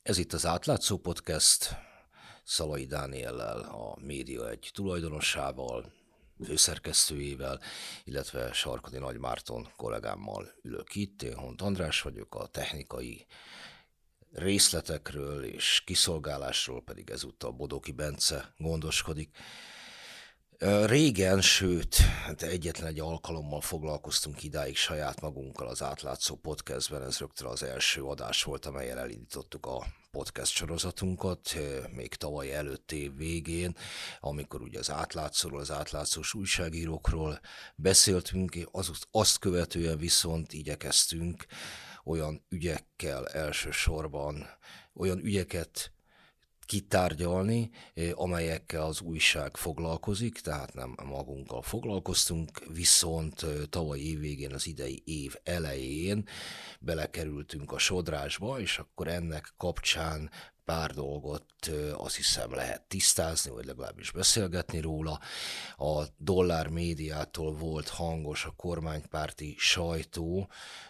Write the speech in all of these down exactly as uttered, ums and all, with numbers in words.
Ez itt az Átlátszó Podcast, Szalai Dániellel, a Média egy tulajdonosával, főszerkesztőjével, illetve Sarkadi Nagy Márton kollégámmal ülök itt. Én Hont András vagyok, a technikai részletekről és kiszolgálásról pedig ezúttal Bodoki Bence gondoskodik. Régen, sőt, hát egyetlen egy alkalommal foglalkoztunk idáig saját magunkkal az Átlátszó Podcastben, ez rögtön az első adás volt, amelyen elindítottuk a podcast sorozatunkat, még tavaly előtt év végén, amikor ugye az átlátszóról, az átlátszós újságírókról beszéltünk, az, azt követően viszont igyekeztünk olyan ügyekkel elsősorban, olyan ügyeket kitárgyalni, amelyekkel az újság foglalkozik, tehát nem magunkkal foglalkoztunk, viszont tavaly év végén, az idei év elején belekerültünk a sodrásba, és akkor ennek kapcsán pár dolgot azt hiszem lehet tisztázni, vagy legalábbis beszélgetni róla. A Dollár médiától volt hangos a kormánypárti sajtó,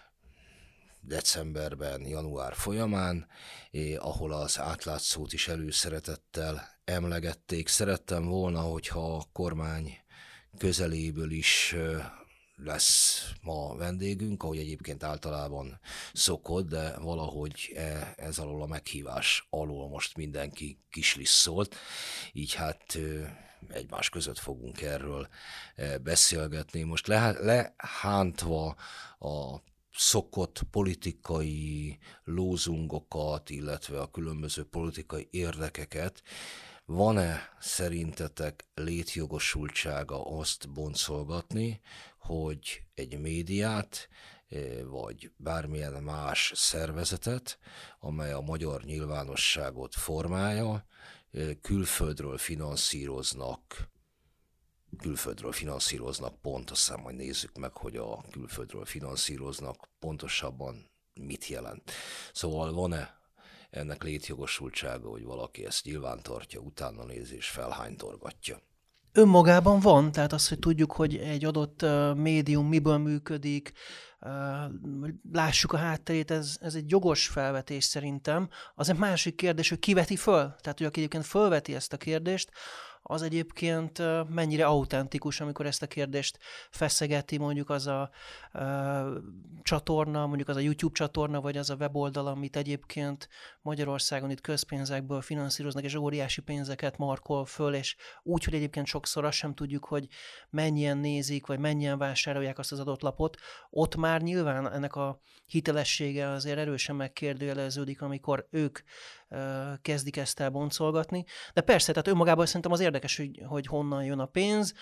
decemberben, január folyamán, eh, ahol az átlátszót is előszeretettel emlegették. Szerettem volna, hogyha a kormány közeléből is eh, lesz ma vendégünk, ahogy egyébként általában szokott, de valahogy eh, ez alól a meghívás alól most mindenki kislisszolt, így hát eh, egymás között fogunk erről eh, beszélgetni. Most le, lehántva a szokott politikai lózungokat, illetve a különböző politikai érdekeket, van-e szerintetek létjogosultsága azt boncolgatni, hogy egy médiát, vagy bármilyen más szervezetet, amely a magyar nyilvánosságot formálja, külföldről finanszíroznak, külföldről finanszíroznak pont, aztán majd nézzük meg, hogy a külföldről finanszíroznak pontosabban mit jelent. Szóval van-e ennek létjogosultsága, hogy valaki ezt nyilvántartja, utána néz és felhánytorgatja? Önmagában van, tehát az, hogy tudjuk, hogy egy adott uh, médium miből működik, uh, lássuk a hátterét, ez, ez egy jogos felvetés szerintem. Az egy másik kérdés, hogy ki veti föl. Tehát, hogy aki egyébként fölveti ezt a kérdést, az egyébként mennyire autentikus, amikor ezt a kérdést feszegeti, mondjuk az a uh, csatorna, mondjuk az a YouTube csatorna, vagy az a weboldal, amit egyébként Magyarországon itt közpénzekből finanszíroznak, és óriási pénzeket markol föl, és úgy, hogy egyébként sokszor azt sem tudjuk, hogy mennyien nézik, vagy mennyien vásárolják azt az adott lapot. Ott már nyilván ennek a hitelessége azért erősen megkérdőjeleződik, amikor ők kezdik ezt el boncolgatni. De persze, tehát önmagában szerintem az érdekes, hogy, hogy honnan jön a pénz.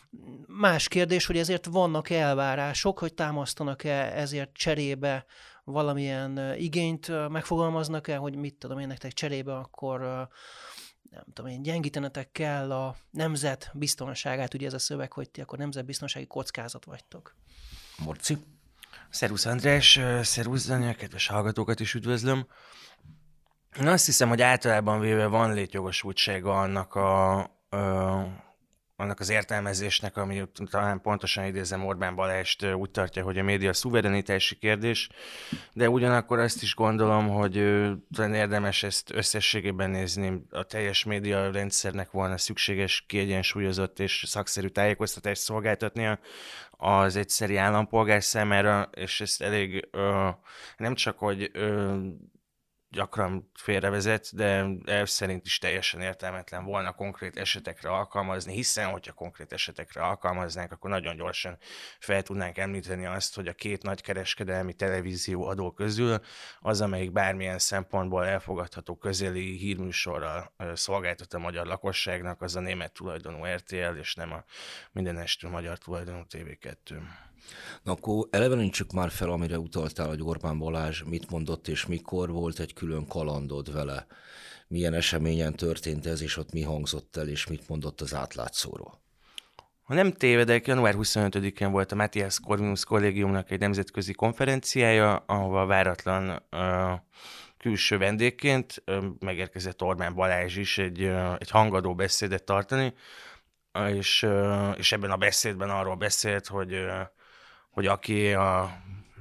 Más kérdés, hogy ezért vannak elvárások, hogy támasztanak-e ezért cserébe valamilyen igényt, megfogalmaznak-e, hogy mit tudom én nektek cserébe, akkor nem tudom én, gyengítenetek kell a nemzet biztonságát, ugye ez a szöveg, hogy ti akkor nemzetbiztonsági kockázat vagytok. Morci? Szervusz András, szervusz Daniel, kedves hallgatókat is üdvözlöm. Én azt hiszem, hogy általában véve van létjogosultsága annak, a, a, annak az értelmezésnek, ami talán pontosan idézem Orbán Balást, úgy tartja, hogy a média szuverenitási kérdés, de ugyanakkor azt is gondolom, hogy talán érdemes ezt összességében nézni. A teljes média rendszernek volna szükséges, kiegyensúlyozott és szakszerű tájékoztatást szolgáltatnia az egyszeri állampolgár számára, és ezt elég ö, nem csak, hogy ö, gyakran félrevezet, de elv szerint is teljesen értelmetlen volna konkrét esetekre alkalmazni, hiszen hogyha konkrét esetekre alkalmaznánk, akkor nagyon gyorsan fel tudnánk említeni azt, hogy a két nagy kereskedelmi televízió adó közül az, amelyik bármilyen szempontból elfogadható közeli hírműsorral szolgáltat a magyar lakosságnak, az a német tulajdonú er té el, és nem a mindenestül magyar tulajdonú té vé kettő. Na akkor elevenítsük már fel, amire utaltál, hogy Orbán Balázs mit mondott és mikor, volt egy külön kalandod vele. Milyen eseményen történt ez, és ott mi hangzott el, és mit mondott az átlátszóról? Ha nem tévedek, január huszonötödikén volt a Matthias Corvinus kollégiumnak egy nemzetközi konferenciája, ahova váratlan uh, külső vendégként uh, megérkezett Orbán Balázs is egy, uh, egy hangadó beszédet tartani, uh, és, uh, és ebben a beszédben arról beszélt, hogy uh, hogy aki a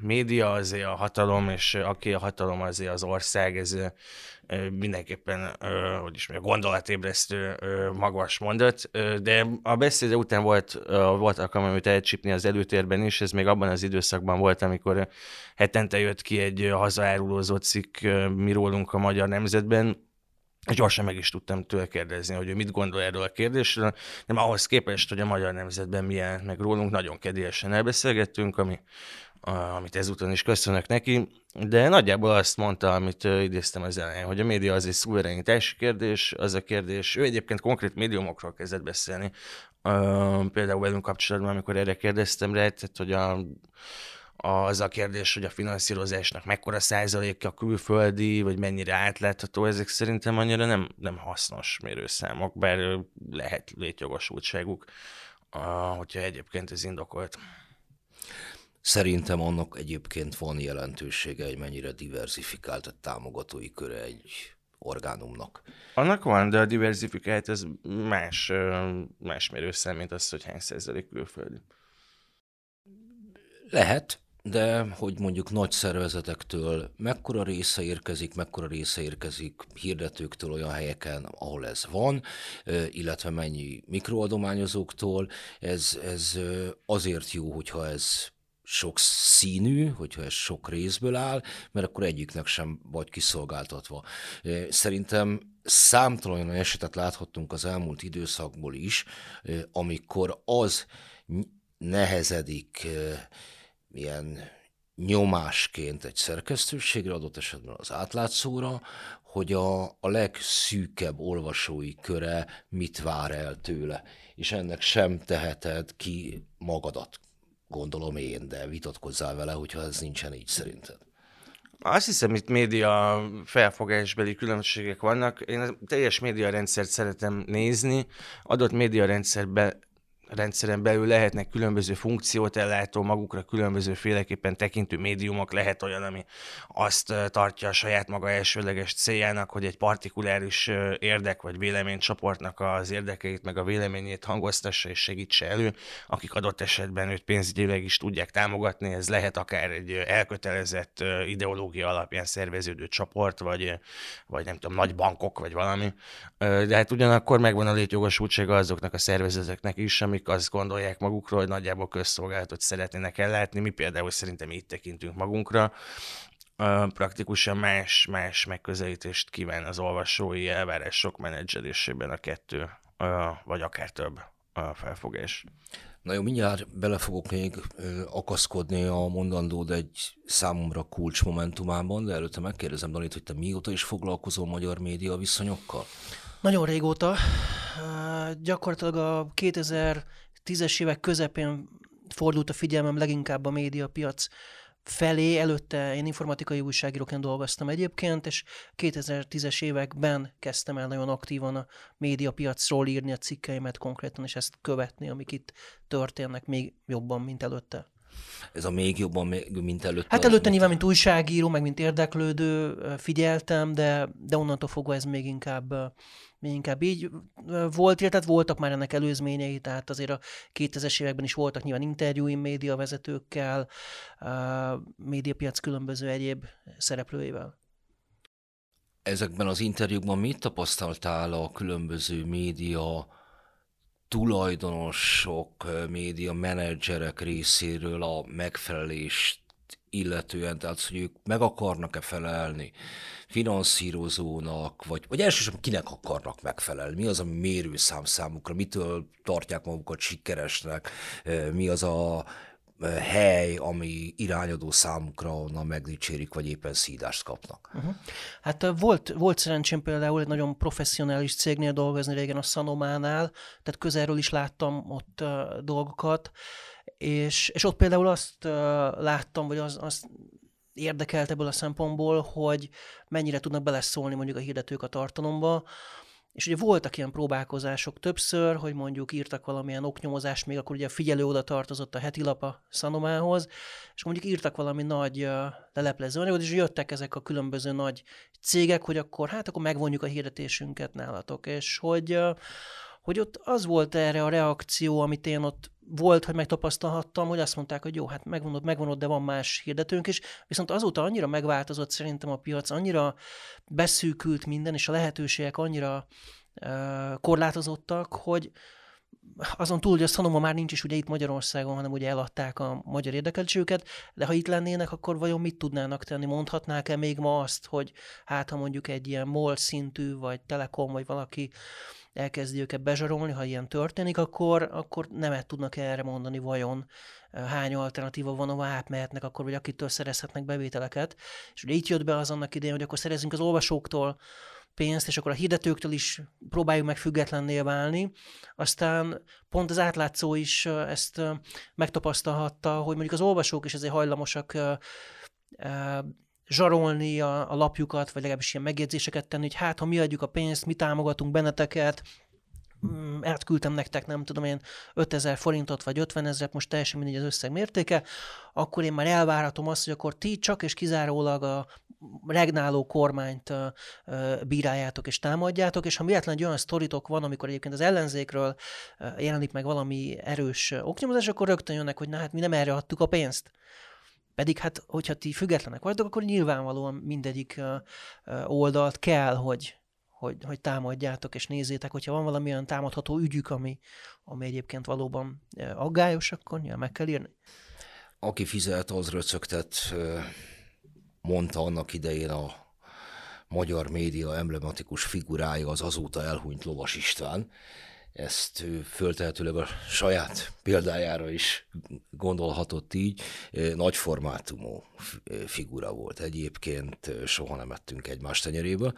média azért a hatalom, és aki a hatalom azért az ország, ez mindenképpen, hogy is mondjam, gondolatébresztő magas mondat, de a beszéde után volt, volt alkalmam őt elcsípni az előtérben is, ez még abban az időszakban volt, amikor hetente jött ki egy hazaárulózó cikk mi rólunk a Magyar Nemzetben, és gyorsan meg is tudtam tőle kérdezni, hogy ő mit gondol erről a kérdésről, de ahhoz képest, hogy a Magyar Nemzetben milyen meg rólunk, nagyon kedélyesen elbeszélgettünk, ami, amit ezúton is köszönök neki, de nagyjából azt mondta, amit idéztem az elején, hogy a média az egy szuverenitási kérdés, az a kérdés, ő egyébként konkrét médiumokról kezdett beszélni, uh, például velünk kapcsolatban, amikor erre kérdeztem rá, tehát, hogy a az a kérdés, hogy a finanszírozásnak mekkora százaléka külföldi, vagy mennyire átlátható, ezek szerintem annyira nem, nem hasznos mérőszámok, bár lehet létjogosultságuk, hogyha egyébként ez indokolt. Szerintem annak egyébként van jelentősége, hogy mennyire diversifikált a támogatói köre egy orgánumnak. Annak van, de a diversifikált ez más, más mérőszám, mint az, hogy hány százalék külföldi. Lehet, de hogy mondjuk nagy szervezetektől mekkora része érkezik, mekkora része érkezik hirdetőktől olyan helyeken, ahol ez van, illetve mennyi mikroadományozóktól, ez, ez azért jó, hogyha ez sok színű, hogyha ez sok részből áll, mert akkor egyiknek sem vagy kiszolgáltatva. Szerintem számtalan olyan esetet láthattunk az elmúlt időszakból is, amikor az nehezedik ilyen nyomásként egy szerkesztőségre, adott esetben az átlátszóra, hogy a, a legszűkebb olvasói köre mit vár el tőle, és ennek sem teheted ki magadat, gondolom én, de vitatkozzál vele, hogyha ez nincsen így szerinted. Azt hiszem, itt média felfogásbeli különbségek vannak. Én a teljes médiarendszert szeretem nézni, adott médiarendszerben rendszeren belül lehetnek különböző funkciót ellátó, magukra különböző féleképpen tekintő médiumok, lehet olyan, ami azt tartja a saját maga elsőleges céljának, hogy egy partikuláris érdek vagy véleménycsoportnak az érdekeit meg a véleményét hangoztassa és segítse elő, akik adott esetben őt pénzügyileg is tudják támogatni, ez lehet akár egy elkötelezett ideológia alapján szerveződő csoport, vagy, vagy nem tudom, nagy bankok, vagy valami. De hát ugyanakkor megvan a létjogosultsága azoknak a szervezeteknek is, amik azt gondolják magukról, hogy nagyjából közszolgálatot szeretnének ellátni. Mi például szerintem így tekintünk magunkra. Praktikusan más, más megközelítést kíván az olvasói elvárások menedzselésében a kettő, vagy akár több felfogás. Na jó, mindjárt bele fogok még akaszkodni a mondandód egy számomra kulcsmomentumában, de előtte megkérdezem, Danit, hogy te mióta is foglalkozol magyar média viszonyokkal? Nagyon régóta. Uh, gyakorlatilag a kétezer-tízes évek közepén fordult a figyelmem leginkább a médiapiac felé. Előtte én informatikai újságíróként dolgoztam egyébként, és kétezer-tízes években kezdtem el nagyon aktívan a médiapiacról írni a cikkeimet konkrétan, és ezt követni, amik itt történnek még jobban, mint előtte. Ez a még jobban, mint előtte? Hát előtte nyilván, mint újságíró, meg mint érdeklődő figyeltem, de, de onnantól fogva ez még inkább, még inkább így volt, tehát voltak már ennek előzményei, tehát azért a kétezres években is voltak nyilván interjúim médiavezetőkkel, médiapiac különböző egyéb szereplőivel. Ezekben az interjúkban mit tapasztaltál a különböző média tulajdonosok, média menedzserek részéről a megfelelést illetően, tehát hogy ők meg akarnak-e felelni finanszírozónak, vagy, vagy elsősorban kinek akarnak megfelelni, mi az, ami mérőszám számukra, mitől tartják magukat sikeresnek, mi az a hely, ami irányadó számukra, onnan megdicsérik, vagy éppen szídást kapnak. Uh-huh. Hát volt, volt szerencsém például egy nagyon professzionális cégnél dolgozni régen, a Sanománál, tehát közelről is láttam ott uh, dolgokat, és, és ott például azt uh, láttam, vagy az, azt érdekelt ebből a szempontból, hogy mennyire tudnak beleszólni mondjuk a hirdetők a tartalomba. És ugye voltak ilyen próbálkozások többször, hogy mondjuk írtak valamilyen oknyomozást, még akkor ugye a figyelő oda tartozott a heti lap a Sanomához, és mondjuk írtak valami nagy uh, leleplező anyagot, és jöttek ezek a különböző nagy cégek, hogy akkor hát akkor megvonjuk a hirdetésünket nálatok, és hogy, uh, hogy ott az volt erre a reakció, amit én ott volt, hogy megtapasztalhattam, hogy azt mondták, hogy jó, hát megvonod, megvonod, de van más hirdetőnk is, viszont azóta annyira megváltozott szerintem a piac, annyira beszűkült minden, és a lehetőségek annyira uh, korlátozottak, hogy azon túl, hogy a Sanoma már nincs is ugye itt Magyarországon, hanem ugye eladták a magyar érdekeltségüket, de ha itt lennének, akkor vajon mit tudnának tenni? Mondhatnák-e még ma azt, hogy hát ha mondjuk egy ilyen MOL szintű, vagy Telekom, vagy valaki elkezdi őket bezsarolni, ha ilyen történik, akkor, akkor nemet tudnak erre mondani, vajon hány alternatíva van, ahol átmehetnek, akkor vagy akitől szerezhetnek bevételeket. És ugye itt jött be az annak idején, hogy akkor szerezünk az olvasóktól pénzt, és akkor a hirdetőktől is próbáljuk meg függetlenné válni. Aztán pont az átlátszó is ezt megtapasztalhatta, hogy mondjuk az olvasók is azért hajlamosak zsarolni a, a lapjukat, vagy legalábbis ilyen megjegyzéseket tenni, hogy hát, ha mi adjuk a pénzt, mi támogatunk benneteket, átküldtem nektek, nem tudom én, ötezer forintot, vagy ötvenezret, most teljesen mindegy az összeg mértéke, akkor én már elvárhatom azt, hogy akkor ti csak és kizárólag a regnáló kormányt bíráljátok és támadjátok, és ha véletlenül egy olyan sztoritok van, amikor egyébként az ellenzékről jelenik meg valami erős oknyomozás, akkor rögtön jönnek, hogy na hát mi nem erre adtuk a pénzt. Pedig hát, hogyha ti függetlenek vagytok, akkor nyilvánvalóan mindegyik oldalt kell, hogy, hogy, hogy támadjátok, és nézzétek, hogyha van valami olyan támadható ügyük, ami, ami egyébként valóban aggályos, akkor nyilván meg kell írni. Aki fizet, az röcögtet, mondta annak idején a magyar média emblematikus figurája, az azóta elhunyt Lovas István. Ezt föltehetőleg a saját példájára is gondolhatott így. Nagy formátumú figura volt egyébként, soha nem ettünk egymás tenyeréből.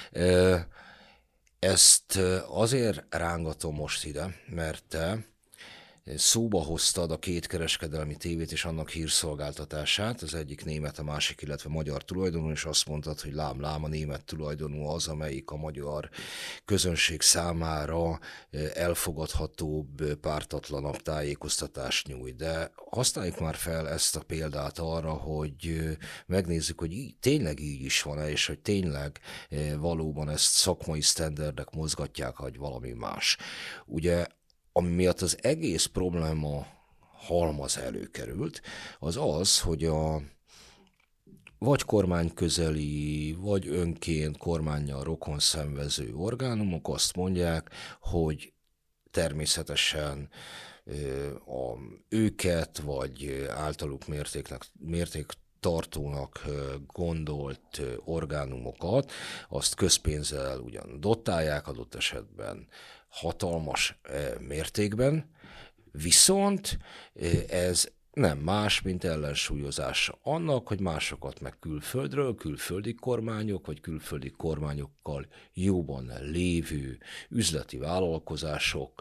Ezt azért rángatom most ide, mert te szóba hoztad a két kereskedelmi tévét és annak hírszolgáltatását, az egyik német, a másik, illetve magyar tulajdonú, és azt mondtad, hogy lám, lám, a német tulajdonú az, amelyik a magyar közönség számára elfogadhatóbb, pártatlanabb tájékoztatást nyújt. De használjuk már fel ezt a példát arra, hogy megnézzük, hogy így, tényleg így is van-e, és hogy tényleg valóban ezt szakmai sztenderdek mozgatják, vagy valami más. Ugye ami miatt az egész probléma halmaz előkerült, az az, hogy a vagy kormányközeli, vagy önként kormánnyal rokon szenvező orgánumok azt mondják, hogy természetesen a őket, vagy általuk mértéknek, mérték tartónak gondolt orgánumokat, azt közpénzzel ugyan dotálják, adott esetben hatalmas mértékben, viszont ez nem más, mint ellensúlyozása annak, hogy másokat meg külföldről, külföldi kormányok, vagy külföldi kormányokkal jóban lévő üzleti vállalkozások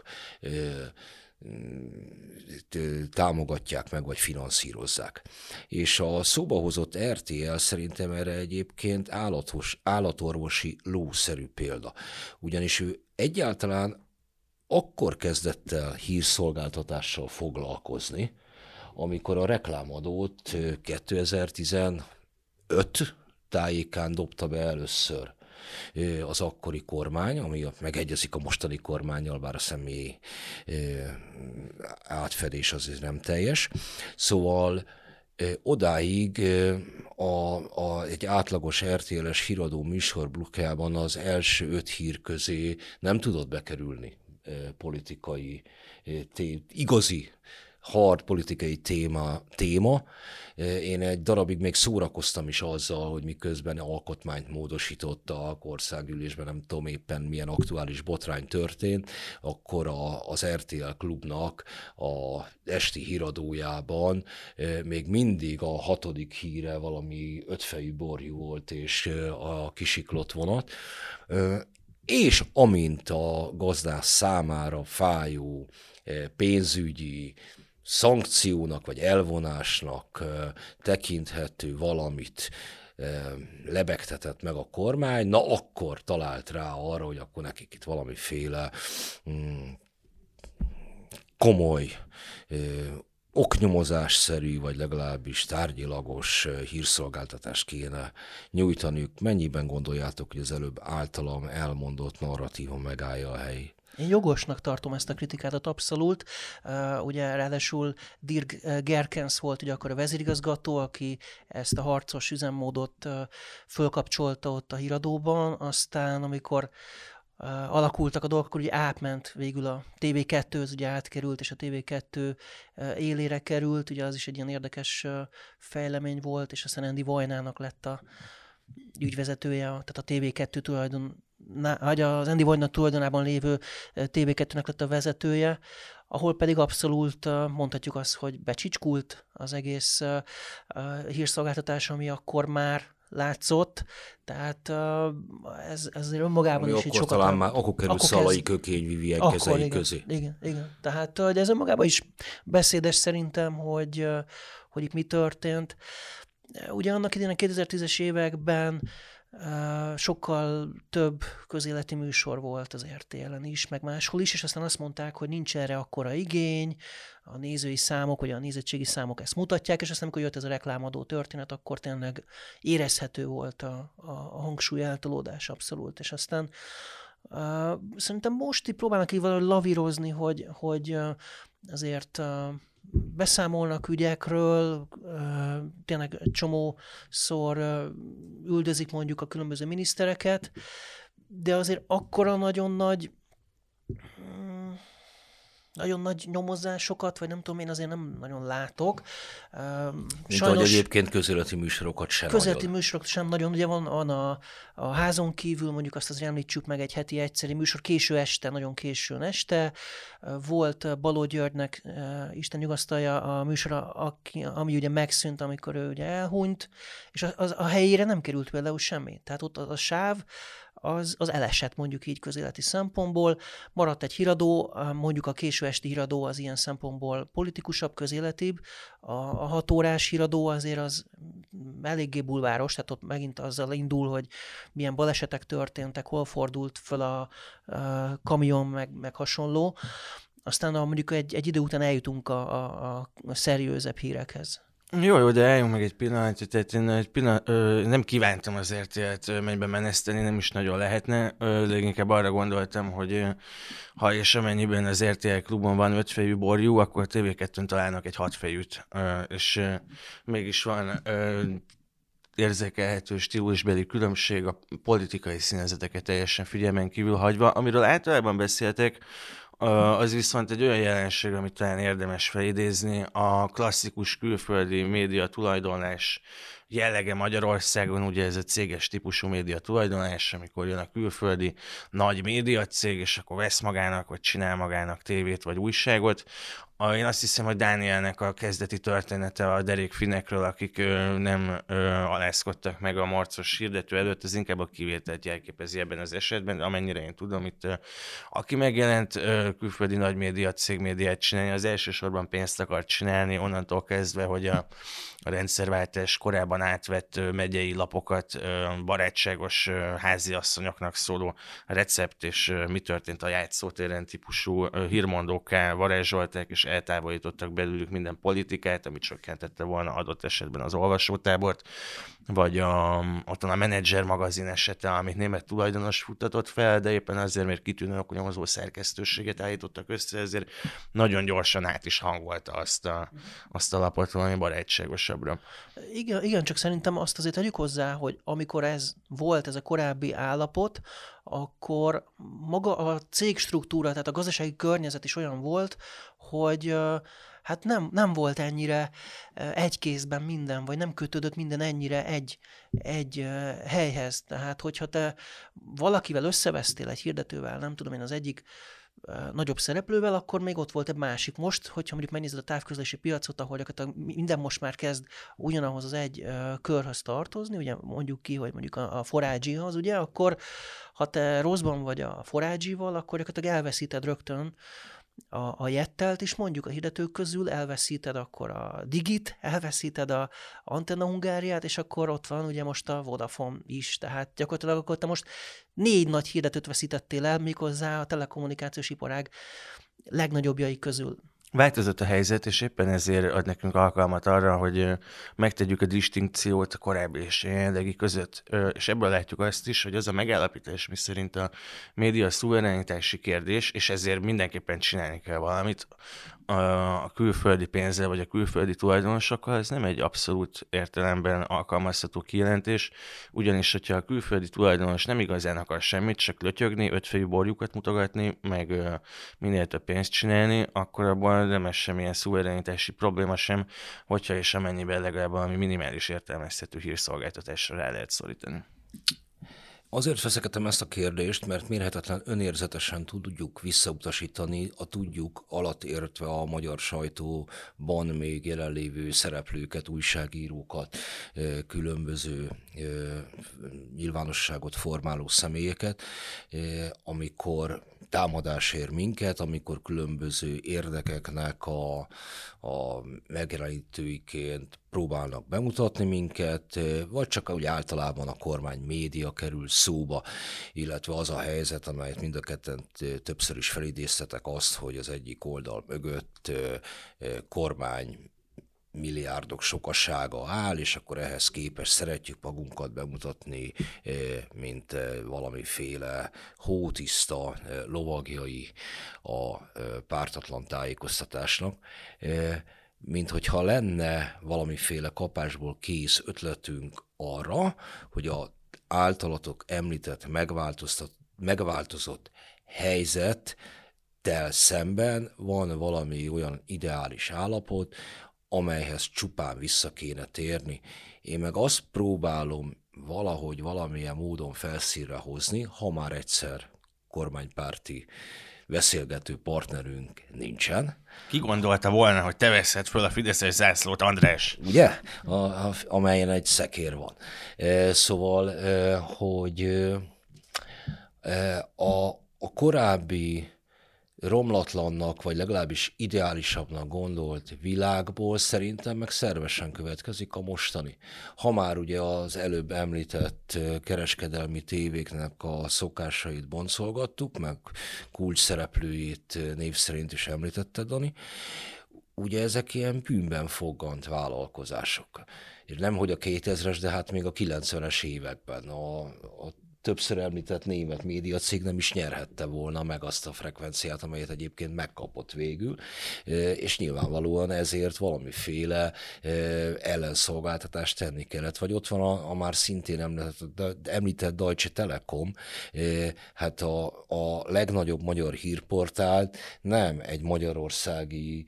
támogatják meg, vagy finanszírozzák. És a szóba hozott er té el szerintem erre egyébként állatos, állatorvosi lószerű példa. Ugyanis ő egyáltalán akkor kezdett el hírszolgáltatással foglalkozni, amikor a reklámadót kétezer-tizenöt tájékán dobta be először az akkori kormány, ami megegyezik a mostani kormánnyal, bár a személyi átfedés azért nem teljes. Szóval odáig a, a, egy átlagos er té el-es híradó műsorblokjában az első öt hír közé nem tudott bekerülni politikai, té, igazi hard politikai téma, téma. Én egy darabig még szórakoztam is azzal, hogy miközben alkotmányt módosítottak, országgyűlésben nem tudom éppen milyen aktuális botrány történt, akkor a, az er té el klubnak a esti híradójában még mindig a hatodik híre valami ötfejű borjú volt, és a kisiklott vonat. És amint a gazdász számára fájó pénzügyi szankciónak vagy elvonásnak tekinthető valamit lebegtetett meg a kormány, na akkor talált rá arra, hogy akkor nekik itt valamiféle mm, komoly, oknyomozásszerű, vagy legalábbis tárgyilagos hírszolgáltatást kéne nyújtaniuk. Mennyiben gondoljátok, hogy az előbb általam elmondott narratíva megállja a helyét? Én jogosnak tartom ezt a kritikádat abszolút. Uh, ugye ráadásul Dirk Gerkens volt ugye akkor a vezérigazgató, aki ezt a harcos üzemmódot uh, fölkapcsolta ott a híradóban, aztán amikor Uh, alakultak a dolgok, akkor ugye átment végül a té vé kettőhöz, ugye átkerült, és a té vé kettő uh, élére került, ugye az is egy ilyen érdekes uh, fejlemény volt, és aztán Andy Vajnának lett a ügyvezetője, tehát a té vé kettő tulajdon, vagy az Andy Vajna tulajdonában lévő té vé kettőnek lett a vezetője, ahol pedig abszolút uh, mondhatjuk azt, hogy becsicskult az egész uh, uh, hírszolgáltatás, ami akkor már látszott, tehát uh, ez, ez önmagában ami is így sokat... talán már akkor kerül Szalai Kökény Vivien kezei igen, közé. Igen, igen. Tehát de ez önmagában is beszédes szerintem, hogy, hogy itt mi történt. Ugye annak idején a kétezer-tízes években uh, sokkal több közéleti műsor volt az er té el-en is, meg máshol is, és aztán azt mondták, hogy nincs erre akkora igény, a nézői számok, vagy a nézettségi számok ezt mutatják, és aztán amikor jött ez a reklámadó történet, akkor tényleg érezhető volt a, a, a hangsúly eltolódás abszolút, és aztán uh, szerintem most így próbálnak így valahogy lavírozni, hogy, hogy uh, azért uh, beszámolnak ügyekről, uh, tényleg csomószor uh, üldözik mondjuk a különböző minisztereket, de azért akkora nagyon nagy nagyon nagy nyomozásokat, vagy nem tudom, én azért nem nagyon látok. Mint ahogy egyébként közéleti műsorokat sem Közéleti nagyon. műsorok sem nagyon. Ugye van, van a, a házon kívül, mondjuk azt azért említsük meg, egy heti egyszeri műsor, késő este, nagyon későn este. Volt Baló Györgynek, Isten nyugasztalja, a műsora, aki, ami ugye megszűnt, amikor ő ugye elhunyt, és a, a, a helyére nem került például semmi. Tehát ott az a sáv, az, az elesett mondjuk így közéleti szempontból. Maradt egy híradó, mondjuk a késő esti híradó az ilyen szempontból politikusabb, közéletibb. A, a hat órás híradó azért az eléggé bulváros, tehát ott megint azzal indul, hogy milyen balesetek történtek, hol fordult föl a, a kamion, meg, meg hasonló. Aztán a, mondjuk egy, egy idő után eljutunk a, a, a szeriőzebb hírekhez. Jó, jó, de álljunk meg egy pillanat, tehát én egy pillanat, ö, nem kívántam az er té el-t mennybe meneszteni, nem is nagyon lehetne, ö, leginkább arra gondoltam, hogy ö, ha és amennyiben az er té el klubban van ötfejű borjú, akkor a té vé kettőn találnak egy hatfejűt, ö, és ö, mégis van ö, érzékelhető stílusbeli különbség a politikai színezeteket teljesen figyelmen kívül hagyva, amiről általában beszéltek. Az viszont egy olyan jelenség, amit talán érdemes felidézni, a klasszikus külföldi média tulajdonlás jellege Magyarországon, ugye ez a céges típusú média tulajdonlás, amikor jön a külföldi nagy médiacég, és akkor vesz magának, vagy csinál magának tévét, vagy újságot. Én azt hiszem, hogy Dánielnek a kezdeti története a derékfinekről, akik ö, nem ö, alázkodtak meg a marcos hirdető előtt, az inkább a kivételt jelképezi ebben az esetben, amennyire én tudom, itt ö, aki megjelent ö, külföldi nagy média cég médiát csinálni, az elsősorban pénzt akart csinálni, onnantól kezdve, hogy a, a rendszerváltás korábban átvett ö, megyei lapokat ö, barátságos ö, háziasszonyoknak szóló recept, és ö, mi történt a játszótéren típusú ö, hírmondókká varázsolták, és eltávolítottak belőlük minden politikát, ami csökkentette volna adott esetben az olvasótábort, vagy a, ott a menedzser magazin esete, amit német tulajdonos futtatott fel, de éppen azért, mert kitűnő nyomozó szerkesztőséget állítottak össze, ezért nagyon gyorsan át is hangolta azt a, azt a lapot valami barátságosabbra. Igen, igen, csak szerintem azt azért tegyük hozzá, hogy amikor ez volt, ez a korábbi állapot, akkor maga a cégstruktúra, tehát a gazdasági környezet is olyan volt, hogy hát nem, nem volt ennyire egy kézben minden, vagy nem kötődött minden ennyire egy, egy helyhez. Tehát, hogyha te valakivel összevesztél, egy hirdetővel, nem tudom én, az egyik nagyobb szereplővel, akkor még ott volt egy másik. Most, hogyha mondjuk megnézed a távközlési piacot, ahol minden most már kezd ugyanahoz az egy körhöz tartozni, ugye mondjuk ki, hogy mondjuk a, a forágyihoz, ugye, akkor ha te rosszban vagy a forágyival, akkor gyakorlatilag elveszíted rögtön a, a Jettelt is, mondjuk a hirdetők közül, elveszíted akkor a Digit, elveszíted a Antenna Hungáriát, és akkor ott van ugye most a Vodafone is, tehát gyakorlatilag akkor te most négy nagy hirdetőt veszítettél el, méghozzá a telekommunikációs iparág legnagyobbjai közül. Változott a helyzet, és éppen ezért ad nekünk alkalmat arra, hogy megtegyük a distinkciót a korábbi és jelenlegi között. És ebből látjuk azt is, hogy az a megállapítás, miszerint a média szuverenitási kérdés, és ezért mindenképpen csinálni kell valamit a külföldi pénzzel vagy a külföldi tulajdonosokkal, ez nem egy abszolút értelemben alkalmazható kijelentés, ugyanis, hogyha a külföldi tulajdonos nem igazán akar semmit, csak lötyögni, ötfejű borjukat mutogatni, meg minél több pénzt csinálni, akkor abban nem ez semmilyen szuverenitási probléma sem, hogyha és amennyiben legalább valami minimális értelmezhető hírszolgáltatásra rá lehet szorítani. Azért feszekedtem ezt a kérdést, mert mérhetetlen önérzetesen tudjuk visszautasítani a tudjuk alatt értve a magyar sajtóban még jelenlévő szereplőket, újságírókat, különböző nyilvánosságot formáló személyeket, amikor támadás ér minket, amikor különböző érdekeknek a, a megjelenítőiként próbálnak bemutatni minket, vagy csak úgy általában a kormány média kerül szóba, illetve az a helyzet, amelyet mind a ketten többször is felidéztetek azt, hogy az egyik oldal mögött kormány milliárdok sokasága áll, és akkor ehhez képest szeretjük magunkat bemutatni, mint valamiféle hótiszta lovagjai a pártatlan tájékoztatásnak, mint hogyha lenne valamiféle kapásból kész ötletünk arra, hogy az általatok említett megváltozott helyzettel szemben van valami olyan ideális állapot, amelyhez csupán vissza kéne térni. Én meg azt próbálom valahogy valamilyen módon felszínre hozni, ha már egyszer kormánypárti beszélgető partnerünk nincsen. Ki gondolta volna, hogy te veszed föl a fideszes zászlót, András? Ugye? A, a, amelyen egy szekér van. E, szóval, e, hogy e, a, a korábbi romlatlannak, vagy legalábbis ideálisabbnak gondolt világból szerintem meg szervesen következik a mostani. Ha már ugye az előbb említett kereskedelmi tévéknek a szokásait boncolgattuk, meg kulcs szereplőjét név szerint is említette, Dani, ugye ezek ilyen bűnben foggant vállalkozások. És nemhogy a kétezres, de hát még a kilencvenes években a, a többször említett német médiacég nem is nyerhette volna meg azt a frekvenciát, amelyet egyébként megkapott végül, és nyilvánvalóan ezért valamiféle ellenszolgáltatást tenni kellett. Vagy ott van a, a már szintén említett, említett Deutsche Telekom, hát a, a legnagyobb magyar hírportált nem egy magyarországi,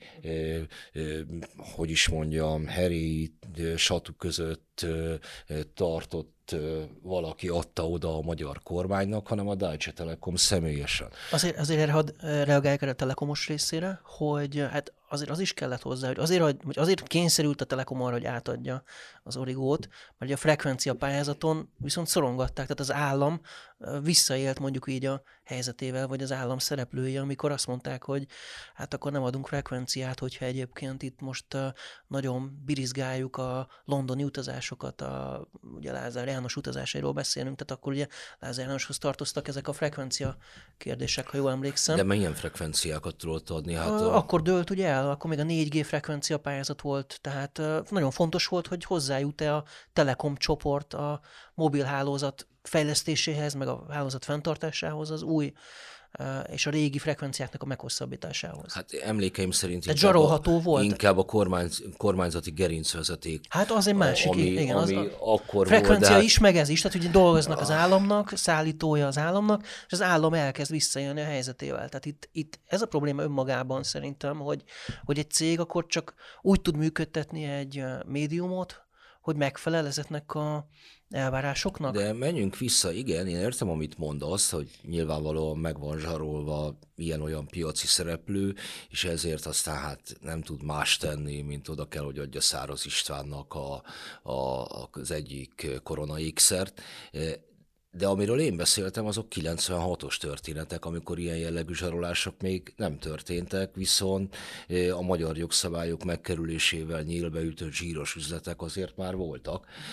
hogy is mondjam, heréi satu között tartott valaki adta oda a magyar kormánynak, hanem a Deutsche Telekom személyesen. Azért, azért erre hadd reagálják erre a telekomos részére, hogy hát azért az is kellett hozzá, hogy azért, hogy azért kényszerült a Telekom arra, hogy átadja az origót, mert a frekvencia pályázaton viszont szorongatták, tehát az állam visszaélt mondjuk így a helyzetével, vagy az állam szereplői, amikor azt mondták, hogy hát akkor nem adunk frekvenciát, hogyha egyébként itt most nagyon birizgáljuk a londoni utazásokat, a ugye Lázár János utazásairól beszélünk, tehát akkor ugye Lázár Jánoshoz tartoztak ezek a frekvencia kérdések, ha jól emlékszem. De milyen frekvenciákat tudott adni? Hát a... Akkor dőlt ugye el, akkor még a négy G frekvencia pályázat volt, tehát nagyon fontos volt, hogy hozzájut-e a Telekom csoport a mobilhálózat fejlesztéséhez, meg a hálózat fenntartásához, az új és a régi frekvenciáknak a meghosszabbításához. Hát emlékeim szerint inkább, zsarolható a, volt. inkább a kormány, kormányzati gerincvezeték. Hát az egy másik, ami, igen. Ami az akkor frekvencia volt, is, meg ez is, tehát ugye dolgoznak az államnak, szállítója az államnak, és az állam elkezd visszajönni a helyzetével. Tehát itt, itt ez a probléma önmagában szerintem, hogy, hogy egy cég akkor csak úgy tud működtetni egy médiumot, hogy megfelel ezeknek a elvárásoknak? De menjünk vissza, igen, én értem, amit mondasz, hogy nyilvánvalóan meg van zsarolva ilyen-olyan piaci szereplő, és ezért aztán hát nem tud más tenni, mint oda kell, hogy adja Száraz Istvánnak a, a, az egyik Korona X-ert. De amiről én beszéltem, azok kilencvenhatos történetek, amikor ilyen jellegű zsarolások még nem történtek, viszont a magyar jogszabályok megkerülésével nyílbeütött zsíros üzletek azért már voltak.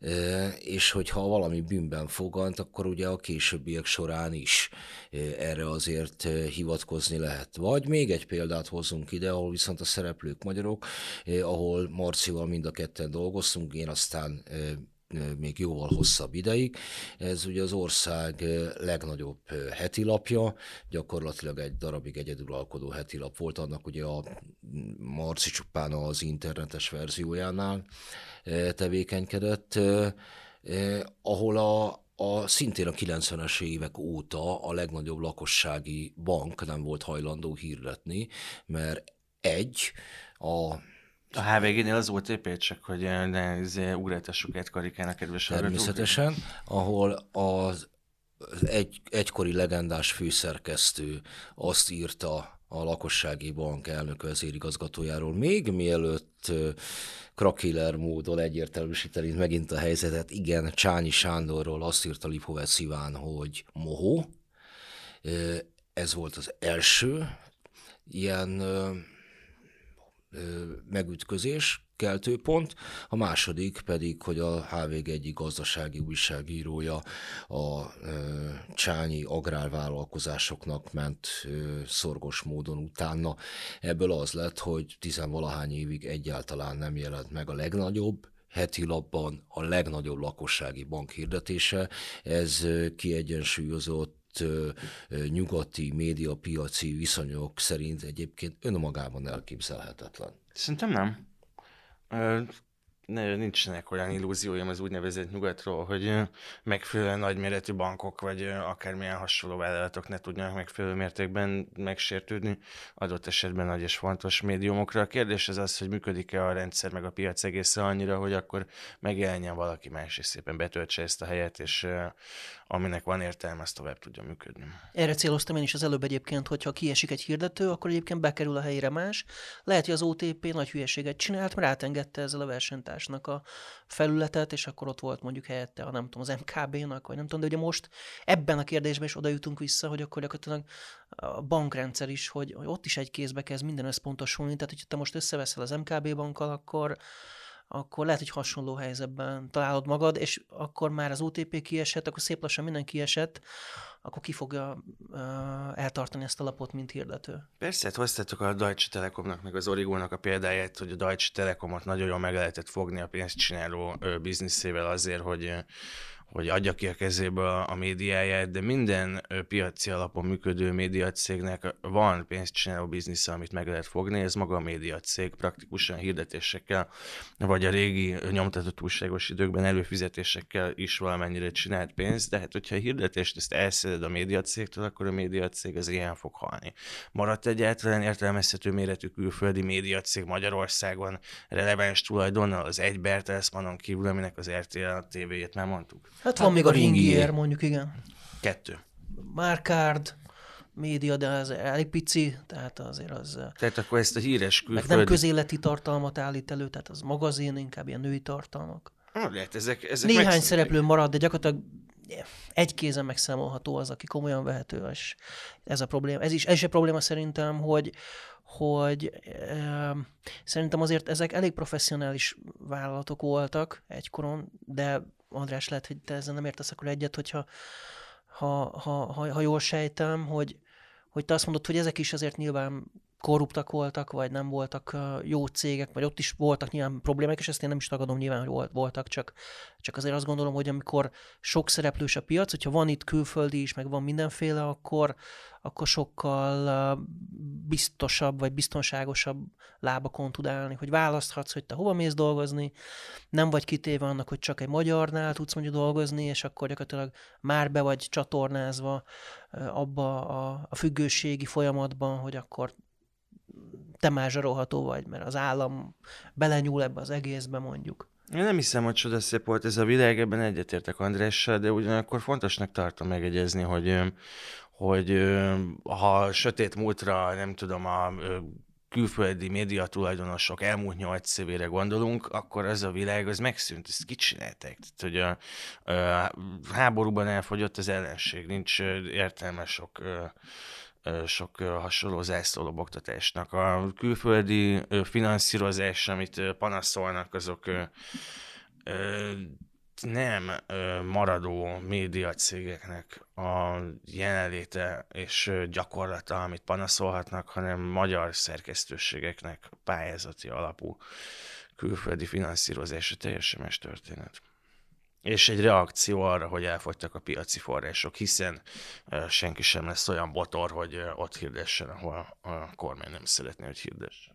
és hogyha valami bűnben fogant, akkor ugye a későbbiek során is erre azért hivatkozni lehet. Vagy még egy példát hozzunk ide, ahol viszont a szereplők magyarok, ahol Marcival mind a ketten dolgoztunk, én aztán még jóval hosszabb ideig. Ez ugye az ország legnagyobb heti lapja, gyakorlatilag egy darabig egyedülalkodó heti lap volt, annak ugye a Marci csupán az internetes verziójánál tevékenykedett, ahol a A, szintén a kilencvenes évek óta a legnagyobb lakossági bank nem volt hajlandó hirdetni, mert egy, a A há vé génél az volt épp, csak hogy ne ugráltassuk egy karikának, kedves hallgatók. Természetesen, ahol az egy, egykori legendás főszerkesztő azt írta a lakossági bank elnök vezérigazgatójáról, még mielőtt krakéler módon egyértelműsíteni megint a helyzetet, igen, Csányi Sándorról azt írta Lipovec Iván, hogy mohó. Ez volt az első ilyen megütközés, keltőpont, a második pedig, hogy a há vé gé egyik gazdasági újságírója a csányi agrárvállalkozásoknak ment szorgos módon utána. Ebből az lett, hogy tizenvalahány évig egyáltalán nem jelent meg a legnagyobb heti lapban a legnagyobb lakossági bank hirdetése. Ez kiegyensúlyozott nyugati médiapiaci viszonyok szerint egyébként önmagában elképzelhetetlen. Szerintem nem. Ne, nincsenek olyan illúzióim az úgynevezett nyugatról, hogy megfelelően nagyméretű bankok, vagy akármilyen hasonló vállalatok ne tudjanak megfelelő mértékben megsértődni adott esetben nagy és fontos médiumokra. A kérdés az az, hogy működik-e a rendszer meg a piac egészen annyira, hogy akkor megjelenjen valaki más, és szépen betöltse ezt a helyet, és aminek van értelme, az tovább tudja működni. Erre céloztam én is az előbb egyébként, hogyha kiesik egy hirdető, akkor egyébként bekerül a helyére más. Lehet, hogy az o té pé nagy hülyeséget csinált, mert átengedte ezzel a versenytársnak a felületet, és akkor ott volt mondjuk helyette, ha nem tudom, az em ká bé-nak, vagy nem tudom, de ugye most ebben a kérdésben is oda jutunk vissza, hogy akkor gyakorlatilag a bankrendszer is, hogy, hogy ott is egy kézbe kezd minden összpontosulni, tehát hogyha te most összeveszel az em ká bé bankkal, akkor akkor lehet, hogy hasonló helyzetben találod magad, és akkor már az o té pé kiesett, akkor szép lassan minden kiesett, akkor ki fogja uh, eltartani ezt a lapot, mint hirdető. Persze, hát hoztátok a Deutsche Telekomnak, meg az Origónak a példáját, hogy a Deutsche Telekomot nagyon jól meg lehetett fogni a pénzcsináló bizniszével azért, hogy hogy adja ki a kezébe a médiáját, de minden piaci alapon működő médiacégnek van pénzcsináló biznisze, amit meg lehet fogni, ez maga a médiacég, praktikusan hirdetésekkel, vagy a régi nyomtatott újságos időkben előfizetésekkel is valamennyire csinált pénzt, de hát hogyha a hirdetést ezt elszeded a médiacégtől, akkor a médiacég az ilyen fog halni. Maradt egyáltalán értelmezhető méretű külföldi médiacég Magyarországon releváns tulajdonnal az egy Bertelsmannon kívül, aminek az er té el tévéjét már mondtuk? Hát van hát még a Ringier, mondjuk, igen. Kettő. Markard, média, de az elég pici, tehát azért az... Tehát akkor ezt a híres külföldi... Meg nem közéleti tartalmat állít elő, tehát az magazin, inkább ilyen női tartalmak. Ah, lehet, ezek, ezek Néhány megszűntek. szereplő marad, de gyakorlatilag egy kézen megszámolható az, aki komolyan vehető, és ez a probléma. Ez is, ez is a probléma szerintem, hogy hogy e, szerintem azért ezek elég professzionális vállalatok voltak egykoron, de András, lehet, hogy te ezzel nem értesz akkor egyet, hogyha ha, ha, ha, ha jól sejtem, hogy, hogy te azt mondod, hogy ezek is azért nyilván korruptak voltak, vagy nem voltak jó cégek, vagy ott is voltak nyilván problémák, és ezt én nem is tagadom, nyilván hogy voltak, csak, csak azért azt gondolom, hogy amikor sok szereplős a piac, hogyha van itt külföldi is, meg van mindenféle, akkor, akkor sokkal biztosabb, vagy biztonságosabb lábakon tud állni, hogy választhatsz, hogy te hova mész dolgozni, nem vagy kitéve annak, hogy csak egy magyarnál tudsz mondjuk dolgozni, és akkor gyakorlatilag már be vagy csatornázva abba a, a függőségi folyamatban, hogy akkor te már zsarolható vagy, mert az állam belenyúl ebbe az egészbe, mondjuk. Én nem hiszem, hogy csodaszép volt ez a világ, ebben egyetértek Andrással, de ugyanakkor fontosnak tartom megegyezni, hogy, hogy ha sötét múltra, nem tudom, a külföldi média tulajdonosok elmúlt nyolc évére gondolunk, akkor az a világ, az megszűnt, ezt kicsinálták. Tehát, hogy a, a háborúban elfogyott az ellenség, nincs értelme sok... sok hasonló zászlólobogtatásnak. A külföldi finanszírozás, amit panaszolnak, azok nem ö, maradó médiacégeknek a jelenléte és ö, gyakorlata, amit panaszolhatnak, hanem magyar szerkesztőségeknek pályázati alapú külföldi finanszírozása teljesen más történet. És egy reakció arra, hogy elfogytak a piaci források, hiszen ö, senki sem lesz olyan botor, hogy ö, ott hirdessen, ahol a kormány nem szeretné, hogy hirdessen.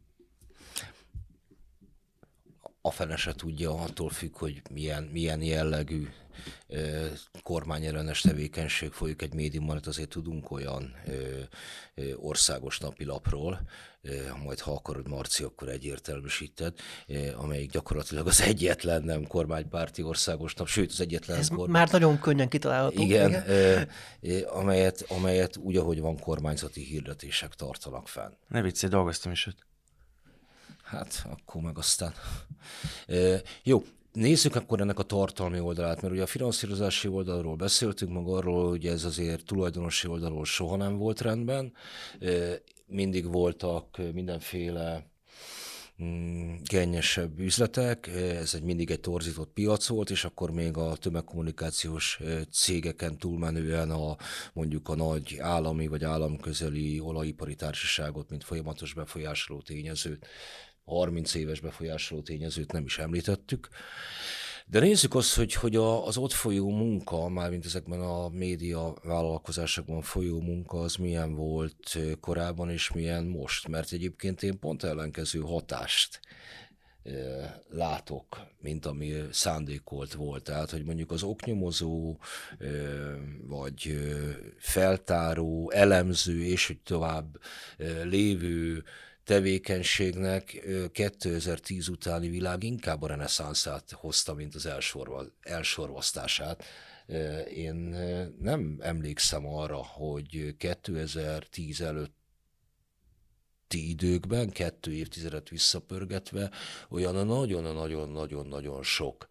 A fene se tudja, attól függ, hogy milyen, milyen jellegű ö, kormányellenes tevékenység folyik egy médiumban, azért tudunk olyan ö, ö, országos napilapról, ö, majd ha akarod, Marci, akkor egyértelműsíted, ö, amelyik gyakorlatilag az egyetlen nem kormánypárti országos nap, sőt az egyetlen Ez kormány... már nagyon könnyen kitalálható. Igen, igen. Ö, ö, amelyet, amelyet úgy, ahogy van, kormányzati hirdetések tartanak fenn. Ne viccelj, dolgoztam is ott. Hát, akkor meg aztán. E, jó, nézzük akkor ennek a tartalmi oldalát, mert ugye a finanszírozási oldalról beszéltünk, meg arról, hogy ez azért tulajdonosi oldalról soha nem volt rendben. E, mindig voltak mindenféle mm, gennyesebb üzletek, ez egy mindig egy torzított piac volt, és akkor még a tömegkommunikációs cégeken túlmenően a, mondjuk a nagy állami vagy államközeli olajipari társaságot, mint folyamatos befolyásoló tényezőt, harminc éves befolyásoló tényezőt nem is említettük. De nézzük azt, hogy, hogy a, az ott folyó munka, mármint ezekben a média vállalkozásokban folyó munka, az milyen volt korábban és milyen most. Mert egyébként én pont ellenkező hatást látok, mint ami szándékolt volt. Tehát, hogy mondjuk az oknyomozó, vagy feltáró, elemző, és hogy tovább lévő tevékenységnek kétezer-tíz utáni világ inkább a reneszánszát hozta, mint az elsorvasztását. Én nem emlékszem arra, hogy kétezer-tíz előtti időkben, kettő évtizedet visszapörgetve olyan nagyon-nagyon-nagyon-nagyon sok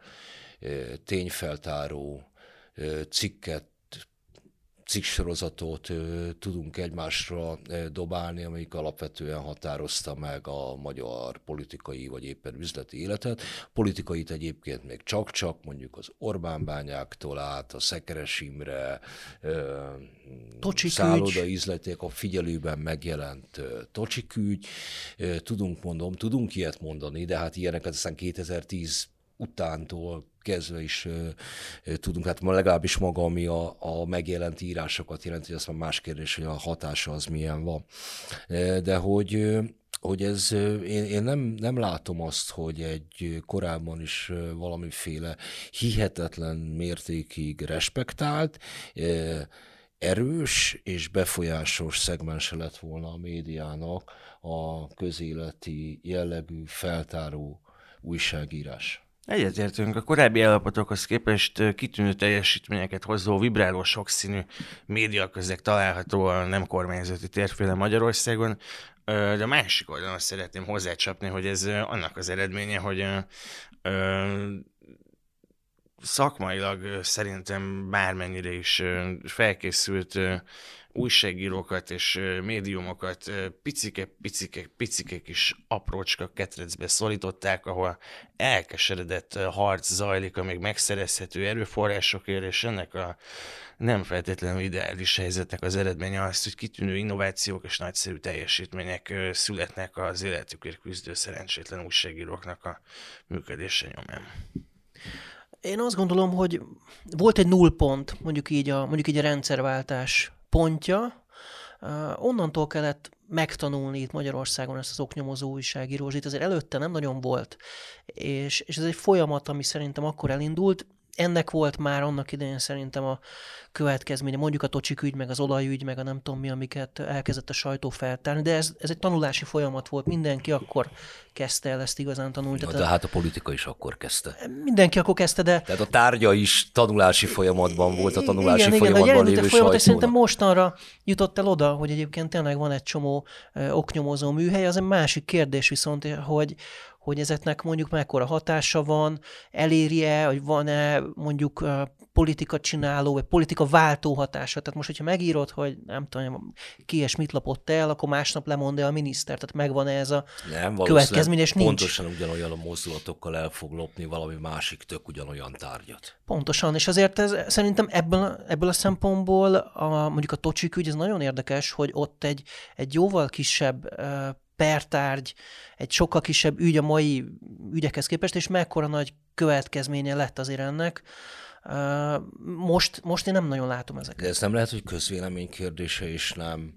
tényfeltáró cikket, cikksorozatot ö, tudunk egymásra ö, dobálni, amelyik alapvetően határozta meg a magyar politikai vagy éppen üzleti életet. Politikait egyébként még csak-csak, mondjuk az Orbán-bányáktól át, a Szekeres Imre, ö, szállodaizletek, a figyelőben megjelent ö, Tocsik-ügy. Ö, tudunk, mondom, tudunk ilyet mondani, de hát ilyeneket aztán kétezer-tíz utántól kezdve is ö, ö, tudunk, hát legalábbis maga, ami a, a megjelent írásokat jelenti, az már más kérdés, hogy a hatása az milyen van. De hogy, hogy ez, én, én nem, nem látom azt, hogy egy korábban is valamiféle hihetetlen mértékig respektált, erős és befolyásos szegmense lett volna a médiának a közéleti jellegű feltáró újságírás. Egyetértünk, a korábbi állapotokhoz képest kitűnő teljesítményeket hozó, vibráló, sokszínű médiaközeg található a nem kormányzati térfélen Magyarországon, de a másik oldalon szeretném hozzácsapni, hogy ez annak az eredménye, hogy szakmailag szerintem bármennyire is felkészült újságírókat és médiumokat picike, picike, picike kis aprócska ketrecbe szorították, ahol elkeseredett harc zajlik a még megszerezhető erőforrásokért, és ennek a nem feltétlenül ideális helyzetnek az eredménye az, hogy kitűnő innovációk és nagyszerű teljesítmények születnek az életükért küzdő szerencsétlen újságíróknak a működése nyomán. Én azt gondolom, hogy volt egy nullpont, mondjuk így a, mondjuk így a rendszerváltás pontja, uh, onnantól kellett megtanulni itt Magyarországon ezt az oknyomozó újságírózsit, itt azért előtte nem nagyon volt, és, és ez egy folyamat, ami szerintem akkor elindult. Ennek volt már annak idején szerintem a következménye, mondjuk a Tocsik ügy, meg az olajügy, meg a nem tudom mi, amiket elkezdett a sajtó feltárni, de ez, ez egy tanulási folyamat volt, mindenki akkor kezdte el ezt igazán tanulni. Ja, de hát a politika is akkor kezdte. Mindenki akkor kezdte, de... Tehát a tárgya is tanulási folyamatban volt, a tanulási igen, folyamatban igen, lévő a folyamat, és szerintem sajtónak. mostanra jutott el oda, hogy egyébként tényleg van egy csomó uh, oknyomozó műhely, az egy másik kérdés viszont, hogy hogy ezeknek mondjuk mekkora hatása van, eléri-e, hogy van-e mondjuk politika csináló, vagy politika váltó hatása. Tehát most, hogyha megírod, hogy nem tudom, ki és mit lopott el, akkor másnap lemond-e a miniszter. Tehát megvan ez a nem, következmény, és nincs. Pontosan ugyanolyan a mozdulatokkal el fog lopni valami másik tök ugyanolyan tárgyat. Pontosan, és azért ez, szerintem ebből, ebből a szempontból a, mondjuk a Tocsik ügy, ez nagyon érdekes, hogy ott egy, egy jóval kisebb uh, pertárgy, egy sokkal kisebb ügy a mai ügyekhez képest, és mekkora nagy következménye lett azért ennek. Uh, most, most én nem nagyon látom ezeket. De ez nem lehet, hogy közvélemény kérdése, és nem,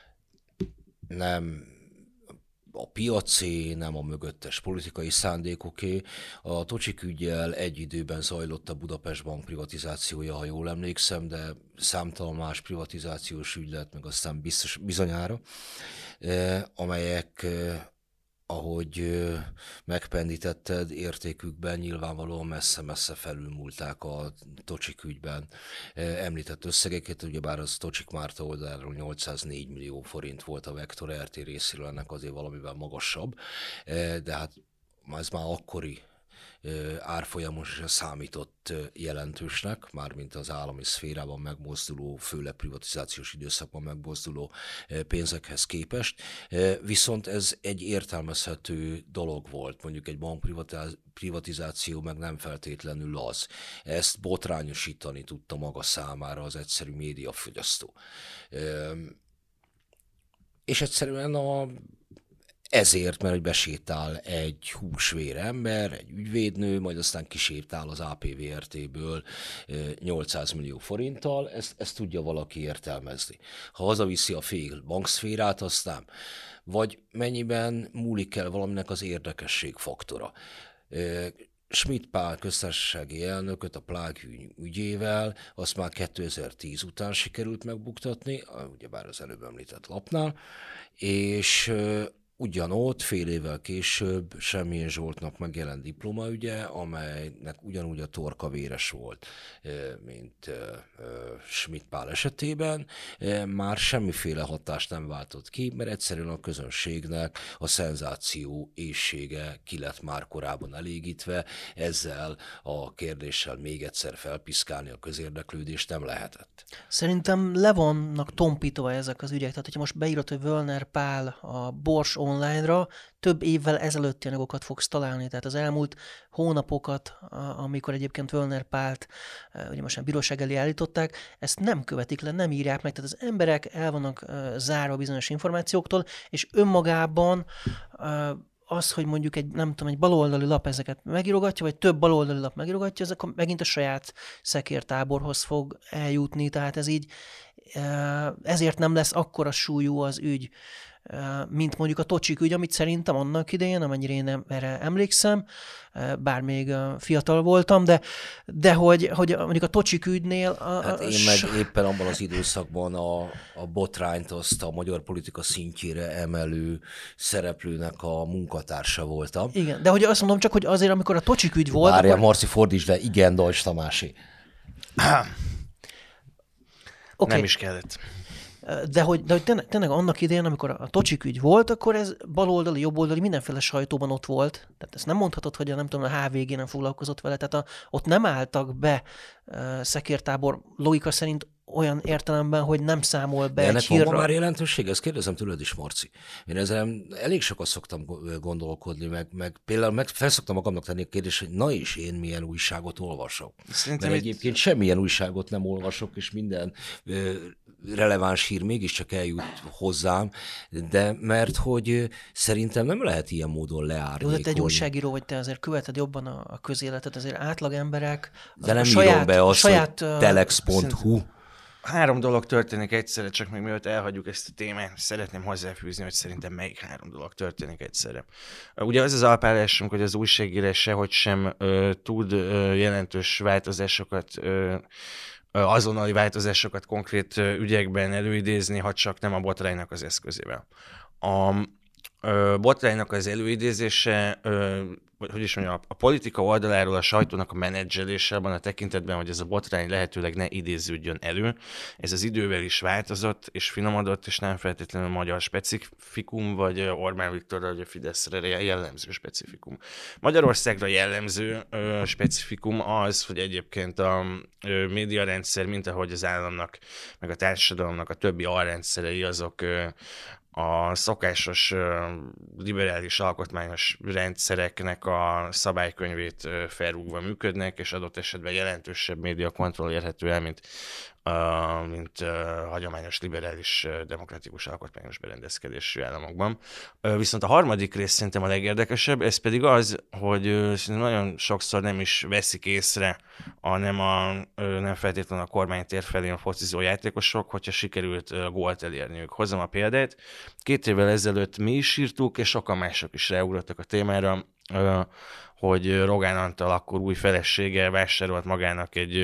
nem a piacé, nem a mögöttes politikai szándékoké. A Tocsik üggyel egy időben zajlott a Budapest Bank privatizációja, ha jól emlékszem, de számtalan más privatizációs ügy lett, meg aztán biztos, bizonyára, amelyek, ahogy megpendítetted, értékükben nyilvánvalóan messze-messze felülmúlták a Tocsik ügyben említett összegeket, ugyebár az Tocsik Márta oldaláról nyolcszáznégy millió forint volt a Vektor er té részéről, ennek azért valamivel magasabb, de hát ez már akkori árfolyamos számított jelentősnek, mármint az állami szférában megmozduló, főleg privatizációs időszakban megmozduló pénzekhez képest. Viszont ez egy értelmezhető dolog volt, mondjuk egy bankprivatizáció meg nem feltétlenül az. Ezt botrányosítani tudta maga számára az egyszerű médiafogyasztó. És egyszerűen a Ezért, mert hogy besétál egy húsvér ember, egy ügyvédnő, majd aztán kisétál az á pé vé er té-ből nyolcszáz millió forinttal, ezt, ezt tudja valaki értelmezni. Ha hazaviszi a fél bankszférát, azt nem. Vagy mennyiben múlik el valaminek az érdekesség faktora. Schmidt Pál köztársasági elnököt a Plág ügyével, azt már kétezer-tíz után sikerült megbuktatni, ugyebár az előbb említett lapnál, és ugyanott fél évvel később Semmilyen Zsoltnak megjelent diplomaügye, amelynek ugyanúgy a torka véres volt, mint Schmidt Pál esetében, már semmiféle hatást nem váltott ki, mert egyszerűen a közönségnek a szenzáció éhsége ki lett már korábban elégítve, ezzel a kérdéssel még egyszer felpiszkálni a közérdeklődést nem lehetett. Szerintem le vannak tompítva ezek az ügyek, tehát hogyha most beírod, hogy Völner Pál a Bors online-ra, több évvel ezelőtti anyagokat fogsz találni, tehát az elmúlt hónapokat, amikor egyébként Völner Pált ugye most már bíróság elé állították, ezt nem követik le, nem írják meg, tehát az emberek el vannak zárva bizonyos információktól, és önmagában az, hogy mondjuk egy, nem tudom, egy baloldali lap ezeket megírogatja, vagy több baloldali lap megírogatja, ez akkor megint a saját szekértáborhoz fog eljutni, tehát ez így, ezért nem lesz akkora súlyú az ügy, mint mondjuk a Tocsik ügy, amit szerintem annak idején, amennyire én erre emlékszem, bár még fiatal voltam, de, de hogy, hogy mondjuk a Tocsik ügynél... A, hát én meg éppen abban az időszakban a, a botrányt azt a magyar politika szintjére emelő szereplőnek a munkatársa voltam. Igen, de hogy azt mondom csak, hogy azért, amikor a Tocsik ügy volt... Várjál, akkor... Marci, fordítsd le, igen, Deutsch Tamási. Okay. Nem is kellett. De hogy, de hogy tényleg, tényleg annak idején, amikor a Tocsik ügy volt, akkor ez baloldali, jobboldali, mindenféle sajtóban ott volt. Tehát ezt nem mondhatod, hogy a, nem tudom, a há vé gé nem foglalkozott vele. Tehát a, ott nem álltak be uh, szekértábor logika szerint olyan értelemben, hogy nem számol be de egy ennek hírra. van már jelentőség? Ezt kérdezem tőled is, Marci. Én ezzel elég sokat szoktam gondolkodni, meg, meg például meg felszoktam magamnak tenni a kérdést, hogy na és én milyen újságot olvasok. Szerintem mert egyébként itt... semmilyen újságot nem olvasok, és minden ö, releváns hír mégiscsak eljut hozzám, de mert hogy szerintem nem lehet ilyen módon leárnyékolni. Jó, de te egy újságíró vagy, te azért követed jobban a, a közéletet, azért átlag emberek... De nem írom saját, be azt, saját, hogy telex pont hu. Három dolog történik egyszerre, csak még mielőtt elhagyjuk ezt a témát, szeretném hozzáfűzni, hogy szerintem melyik három dolog történik egyszerre. Ugye az az alapállásunk, hogy az újságírás sehogy sem ö, tud ö, jelentős változásokat, ö, azonnali változásokat konkrét ö, ügyekben előidézni, ha csak nem a botránynak az eszközével. A, ö, botránynak az előidézése, ö, vagy hogy is mondjam, a politika oldaláról a sajtónak a menedzselése abban a tekintetben, hogy ez a botrány lehetőleg ne idéződjön elő. Ez az idővel is változott és finomodott, és nem feltétlenül magyar specifikum, vagy Orbán Viktorra, vagy a Fideszre jellemző specifikum. Magyarországra jellemző ö, specifikum az, hogy egyébként a ö, médiarendszer, mint ahogy az államnak, meg a társadalomnak a többi alrendszerei, azok ö, a szokásos liberális alkotmányos rendszereknek a szabálykönyvét felrúgva működnek, és adott esetben jelentősebb médiakontroll érhető el, mint, uh, mint uh, hagyományos liberális demokratikus alkotmányos berendezkedésű államokban. Uh, viszont a harmadik rész szerintem a legérdekesebb, ez pedig az, hogy uh, nagyon sokszor nem is veszik észre a nem, a, uh, nem feltétlenül a kormánytér felé a focizó játékosok, hogyha sikerült uh, gólt elérniük. Hozom a példát. Két évvel ezelőtt mi is írtuk, és sokan mások is ráugrottak a témára, hogy Rogán Antal akkor új felesége vásárolt magának egy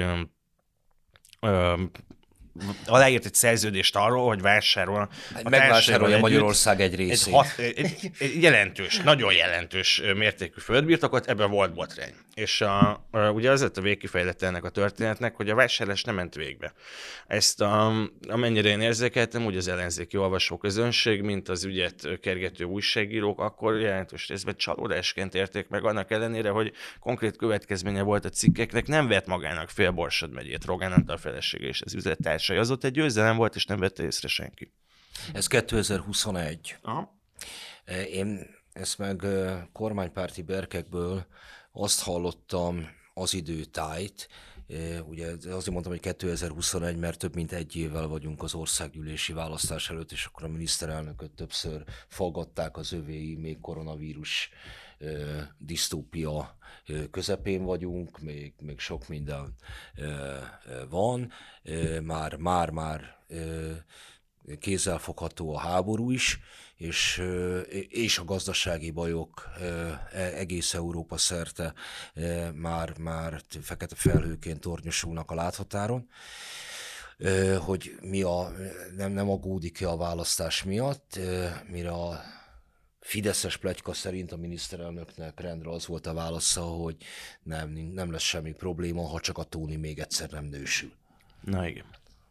aláírt egy szerződést arról, hogy vásárol. Megvásárolja Magyarország egy részét. Egy, hat, egy, egy jelentős, nagyon jelentős mértékű földbirtokot, ebben volt botrány. És a, a, ugye az lett a végkifejlete ennek a történetnek, hogy a vásárlás nem ment végbe. Ezt a, amennyire én érzékeltem, úgy az ellenzéki olvasóközönség, mint az ügyet kergető újságírók, akkor jelentős részben csalódásként érték meg, annak ellenére, hogy konkrét következménye volt a cikkeknek, nem vett magának fél Borsod megyét Rogán Antal felesége és az üzlettársai. Az ott egy győzelem volt, és nem vette észre senki. Ez kétezer-huszonegy. Aha. Én ezt meg kormánypárti berkekből azt hallottam az időtájt, ugye azért mondtam, hogy kétezer-huszonegy, mert több mint egy évvel vagyunk az országgyűlési választás előtt, és akkor a miniszterelnököt többször faggatták az övéi, még koronavírus disztópia közepén vagyunk, még, még sok minden van, már, már, már kézzelfogható a háború is, és, és a gazdasági bajok egész Európa szerte már, már fekete felhőként tornyosulnak a láthatáron, hogy mi a, nem, nem aggódik-e a választás miatt, mire a fideszes pletyka szerint a miniszterelnöknek rendre az volt a válasza, hogy nem, nem lesz semmi probléma, ha csak a Tóni még egyszer nem nősül. Na igen.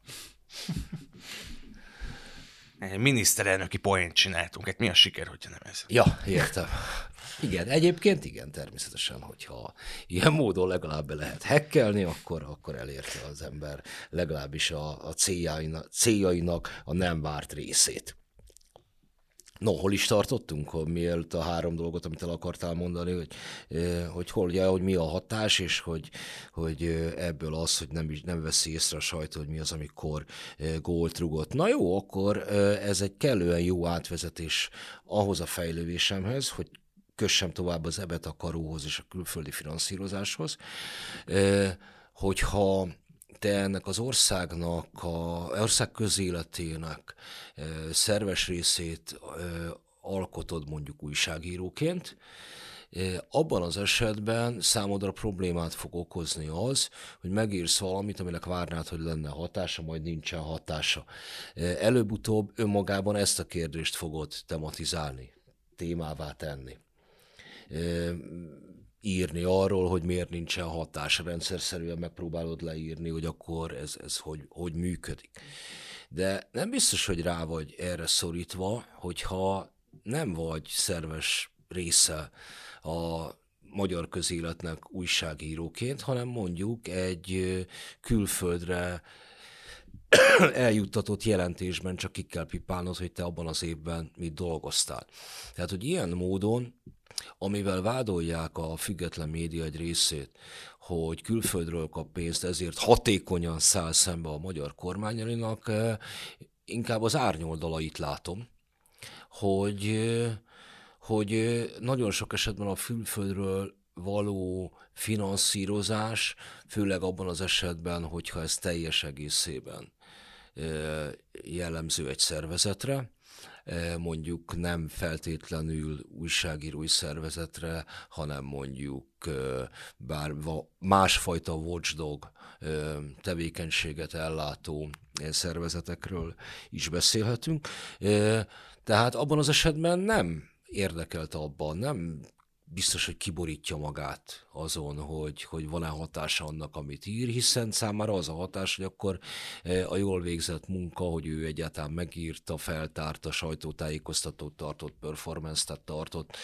Miniszterelnöki poént csináltunk, hát mi a siker, hogyha nem ez? Ja, értem. Igen, egyébként igen, természetesen, hogyha ilyen módon legalább be lehet hekkelni, akkor, akkor elérte az ember legalábbis a, a céljainak, céljainak a nem várt részét. No, hol is tartottunk, hogy mielőtt a három dolgot, amit el akartál mondani, hogy, hogy hol, ugye, hogy mi a hatás, és hogy, hogy ebből az, hogy nem, nem veszi észre a sajtó, hogy mi az, amikor gólt rugott. Na jó, akkor ez egy kellően jó átvezetés ahhoz a fejlődésemhez, hogy kössem tovább az ebet a karóhoz és a külföldi finanszírozáshoz, hogyha te ennek az országnak, a ország közéletének szerves részét alkotod mondjuk újságíróként, abban az esetben számodra problémát fog okozni az, hogy megírsz valamit, aminek várnád, hogy lenne hatása, majd nincsen hatása. Előbb-utóbb önmagában ezt a kérdést fogod tematizálni, témává tenni. Írni arról, hogy miért nincsen hatás, rendszerszerűen megpróbálod leírni, hogy akkor ez, ez hogy, hogy működik. De nem biztos, hogy rá vagy erre szorítva, hogyha nem vagy szerves része a magyar közéletnek újságíróként, hanem mondjuk egy külföldre eljuttatott jelentésben csak ki kell pipálnod, hogy te abban az évben mit dolgoztál. Tehát, hogy ilyen módon, amivel vádolják a független média egy részét, hogy külföldről kap pénzt, ezért hatékonyan száll szembe a magyar kormányainak, inkább az árnyoldalait látom, hogy, hogy nagyon sok esetben a külföldről való finanszírozás, főleg abban az esetben, hogyha ez teljes egészében jellemző egy szervezetre, mondjuk nem feltétlenül újságírói szervezetre, hanem mondjuk bár másfajta watchdog tevékenységet ellátó szervezetekről is beszélhetünk. Tehát abban az esetben nem érdekelte abban, nem biztos, hogy kiborítja magát azon, hogy, hogy van-e hatása annak, amit ír, hiszen számára az a hatás, hogy akkor a jól végzett munka, hogy ő egyáltalán megírta, feltárta, sajtótájékoztatót tartott, performance-t tartott,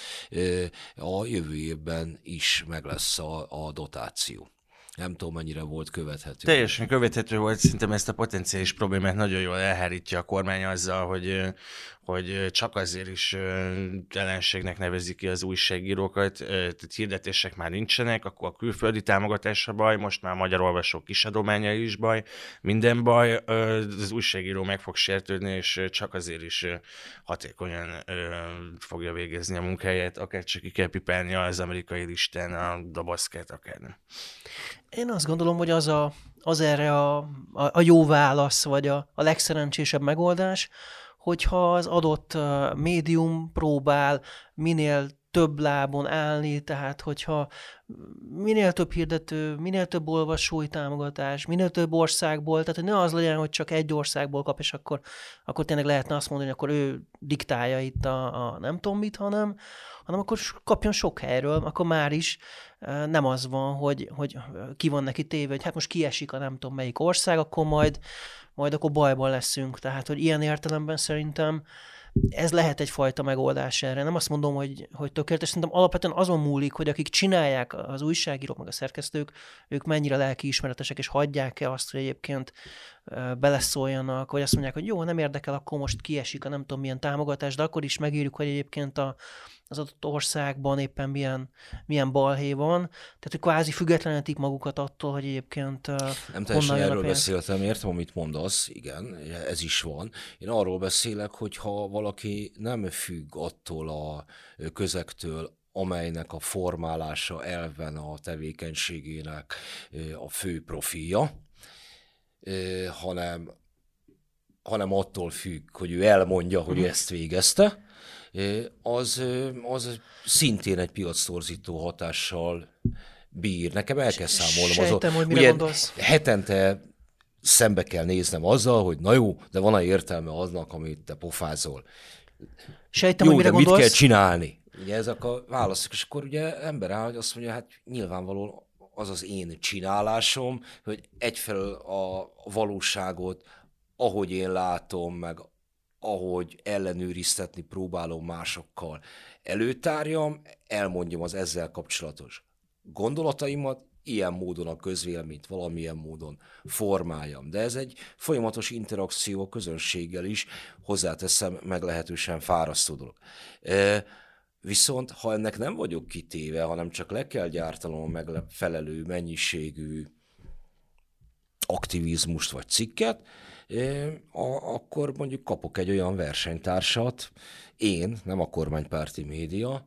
a jövő évben is meg lesz a, a dotáció. Nem tudom, mennyire volt követhető. Teljesen követhető volt, szerintem ezt a potenciális problémát nagyon jól elhárítja a kormány azzal, hogy, hogy csak azért is ellenségnek nevezik ki az újságírókat, tehát hirdetések már nincsenek, akkor a külföldi támogatás a baj, most már a magyar olvasók kisadományai is baj, minden baj, az újságíró meg fog sértődni, és csak azért is hatékonyan fogja végezni a munkáját, akár csak ki kell pipálni az amerikai listán a dobozkát, akár nem. Én azt gondolom, hogy az, a, az erre a, a, a jó válasz, vagy a, a legszerencsésebb megoldás, hogyha az adott médium próbál minél több lábon állni, tehát hogyha minél több hirdető, minél több olvasói támogatás, minél több országból, tehát hogy ne az legyen, hogy csak egy országból kap, és akkor, akkor tényleg lehetne azt mondani, hogy akkor ő diktálja itt a, a nem tudom mit, hanem, hanem akkor kapjon sok helyről, akkor már is nem az van, hogy, hogy ki van neki téve, hogy hát most kiesik a nem tudom melyik ország, akkor majd, majd akkor bajban leszünk. Tehát, hogy ilyen értelemben szerintem ez lehet egyfajta megoldás erre. Nem azt mondom, hogy, hogy tökéletes, szerintem alapvetően azon múlik, hogy akik csinálják, az újságírók, meg a szerkesztők, ők mennyire lelkiismeretesek, és hagyják-e azt, hogy egyébként beleszóljanak, vagy azt mondják, hogy jó, nem érdekel, akkor most kiesik a nem tudom milyen támogatás, de akkor is megírjuk, hogy egyébként a, az adott országban éppen milyen, milyen balhé van. Tehát, hogy kvázi függetlenítik magukat attól, hogy egyébként nem teljesen erről beszéltem, értem, amit mondasz, igen, ez is van. Én arról beszélek, hogy ha valaki nem függ attól a közektől, amelynek a formálása elven a tevékenységének a fő profilja, hanem, hanem attól függ, hogy ő elmondja, hogy ő ezt végezte, az, az szintén egy piactorzító hatással bír. Nekem el kell számolnom. Sejtem, hogy mire ugye gondolsz. Hetente szembe kell néznem azzal, hogy na jó, de van-e értelme aznak, amit te pofázol. Sejtem, jó, hogy mire de gondolsz. mit kell csinálni? Ugye ezek a válaszok, és akkor ugye ember áll, hogy azt mondja, hát nyilvánvalóan az az én csinálásom, hogy egyfelől a valóságot, ahogy én látom, meg ahogy ellenőriztetni próbálom másokkal, előtárjam, elmondjam az ezzel kapcsolatos gondolataimat, ilyen módon a közvéleményt valamilyen módon formáljam. De ez egy folyamatos interakció a közönséggel is, hozzáteszem, meglehetősen fárasztó dolog. E, viszont ha ennek nem vagyok kitéve, hanem csak le kell gyártanom a megfelelő mennyiségű aktivizmust vagy cikket, akkor mondjuk kapok egy olyan versenytársat, én, nem a kormánypárti média,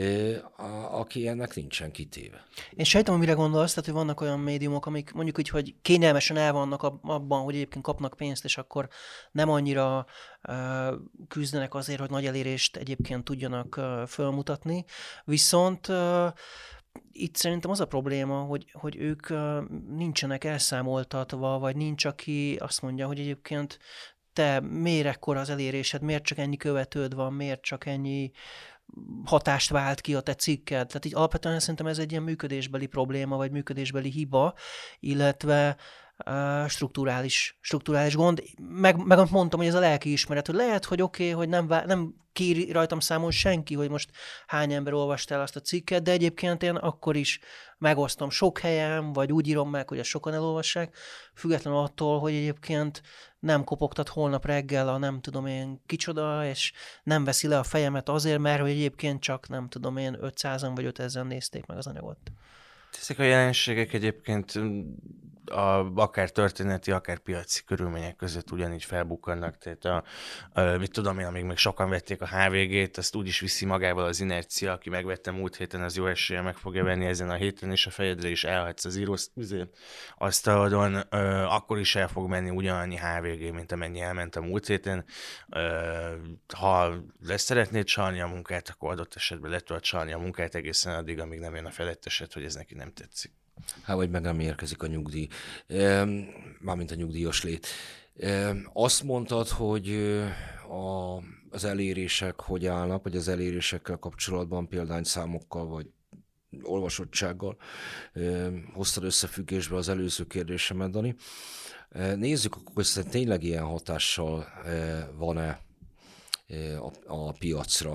aki ennek nincsen kitéve. Én sejtem, mire gondolsz, tehát, hogy vannak olyan médiumok, amik mondjuk úgy, hogy kényelmesen el vannak abban, hogy egyébként kapnak pénzt, és akkor nem annyira uh, küzdenek azért, hogy nagy elérést egyébként tudjanak uh, fölmutatni, viszont uh, itt szerintem az a probléma, hogy, hogy ők uh, nincsenek elszámoltatva, vagy nincs, aki azt mondja, hogy egyébként te miért ekkora az elérésed, miért csak ennyi követőd van, miért csak ennyi hatást vált ki a te cikked. Tehát így alapvetően szerintem ez egy ilyen működésbeli probléma, vagy működésbeli hiba, illetve uh, strukturális, strukturális gond. Meg, meg mondtam, hogy ez a lelkiismeret, hogy lehet, hogy oké, okay, hogy nem, vá- nem kéri rajtam számon senki, hogy most hány ember olvasta el azt a cikket, de egyébként én akkor is megosztom sok helyen, vagy úgy írom meg, hogy ezt sokan elolvassák, függetlenül attól, hogy egyébként nem kopogtat holnap reggel a nem tudom én kicsoda, és nem veszi le a fejemet azért, mert hogy egyébként csak nem tudom én ötszázan vagy ötezren nézték meg az anyagot. Ezek a jelenségek egyébként a, akár történeti, akár piaci körülmények között ugyanígy felbukkannak. Tehát a, a, mit tudom én, amíg még sokan vették a há vé gét, azt úgy is viszi magával az inercia, aki megvette múlt héten, az jó eséllyel meg fogja venni ezen a héten, és a fejedre is elhagysz az író asztalodon, akkor is el fog menni ugyanannyi há vé gé, mint amennyi elment a múlt héten. Ö, ha lesz szeretnéd csalni a munkát, akkor adott esetben le tudod csalni a munkát egészen addig, amíg nem jön a felettesed, hogy ez neki nem tetszik. Hát, vagy meg nem érkezik a nyugdíj. Mármint a nyugdíjas lét. Azt mondtad, hogy a az elérések hogy állnak, vagy az elérésekkel kapcsolatban példányszámokkal, vagy olvasottsággal hoztad összefüggésbe az előző kérdésemet, Dani. Nézzük, akkor hogy tényleg ilyen hatással van-e a, a piacra.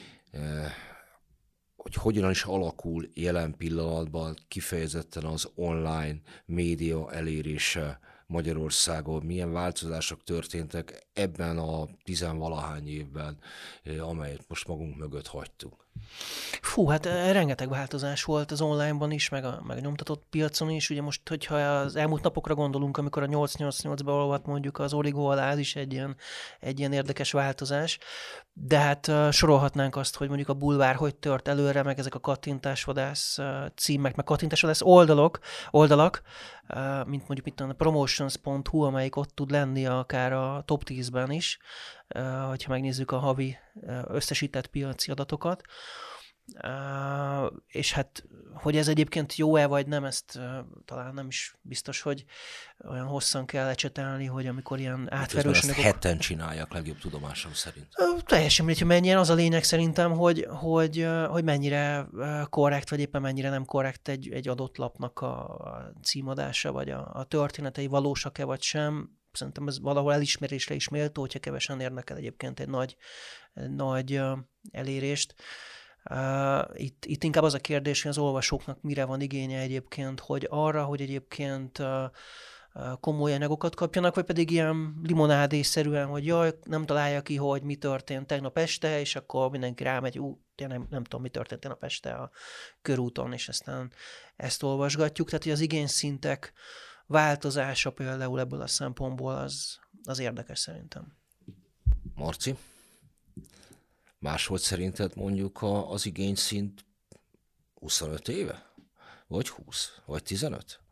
Hogy hogyan is alakul jelen pillanatban kifejezetten az online média elérése Magyarországon, milyen változások történtek ebben a tizenvalahány évben, amelyet most magunk mögött hagytunk. Fú, hát rengeteg változás volt az onlineban is, meg a, meg a nyomtatott piacon is. Ugye most, hogyha az elmúlt napokra gondolunk, amikor a nyolc nyolc nyolcba olvadt mondjuk az Origo alá, az is egy ilyen, egy ilyen érdekes változás. De hát uh, sorolhatnánk azt, hogy mondjuk a bulvár hogy tört előre, meg ezek a kattintásvadász uh, címek, meg kattintásvadász oldalok, oldalak, uh, mint mondjuk itt a promotions pont hu, amelyik ott tud lenni akár a top tízben is, uh, hogyha megnézzük a havi uh, összesített piaci adatokat. Uh, és hát, hogy ez egyébként jó-e vagy nem, ezt uh, talán nem is biztos, hogy olyan hosszan kell ecsetelni, hogy amikor ilyen átverős... Ezt heten csinálják legjobb tudomásom szerint. Uh, teljesen mindegy, hogy mennyien. Az a lényeg szerintem, hogy, hogy, uh, hogy mennyire uh, korrekt, vagy éppen mennyire nem korrekt egy, egy adott lapnak a, a címadása, vagy a, a történetei valósak-e, vagy sem. Szerintem ez valahol elismerésre is méltó, hogyha kevesen érnek el egyébként egy nagy, egy nagy uh, elérést. Uh, itt, itt inkább az a kérdés, hogy az olvasóknak mire van igénye egyébként, hogy arra, hogy egyébként uh, uh, komoly anyagokat kapjanak, vagy pedig ilyen limonádészerűen, hogy jaj, nem találja ki, hogy mi történt tegnap este, és akkor mindenki rámegy, ú, nem, nem tudom, mi történt tegnap este a körúton, és aztán ezt olvasgatjuk. Tehát, hogy az igényszintek változása például ebből a szempontból az, az érdekes szerintem. Marci? Más volt szerinted mondjuk a, az igényszint huszonöt éve? Vagy húsz? Vagy tizenöt?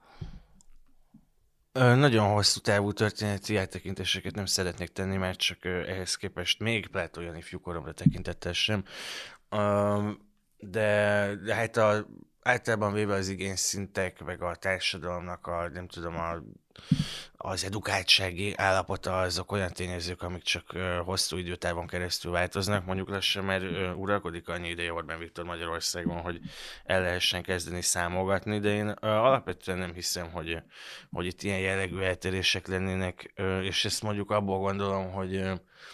Ö, nagyon hosszú távú történeti áttekintéseket nem szeretnék tenni, mert csak ö, ehhez képest még lehet olyan ifjúkoromra tekintettel sem. Ö, de, de hát a, általában véve az igényszintek, meg a társadalomnak a, nem tudom, a, az edukáltsági állapota, azok olyan tényezők, amik csak uh, hosszú időtávon keresztül változnak. Mondjuk lassan, mert uh, uralkodik annyi ideje Orbán Viktor Magyarországon, hogy el lehessen kezdeni számolgatni, de én uh, alapvetően nem hiszem, hogy, hogy itt ilyen jellegű eltérések lennének, uh, és ezt mondjuk abból gondolom, hogy uh,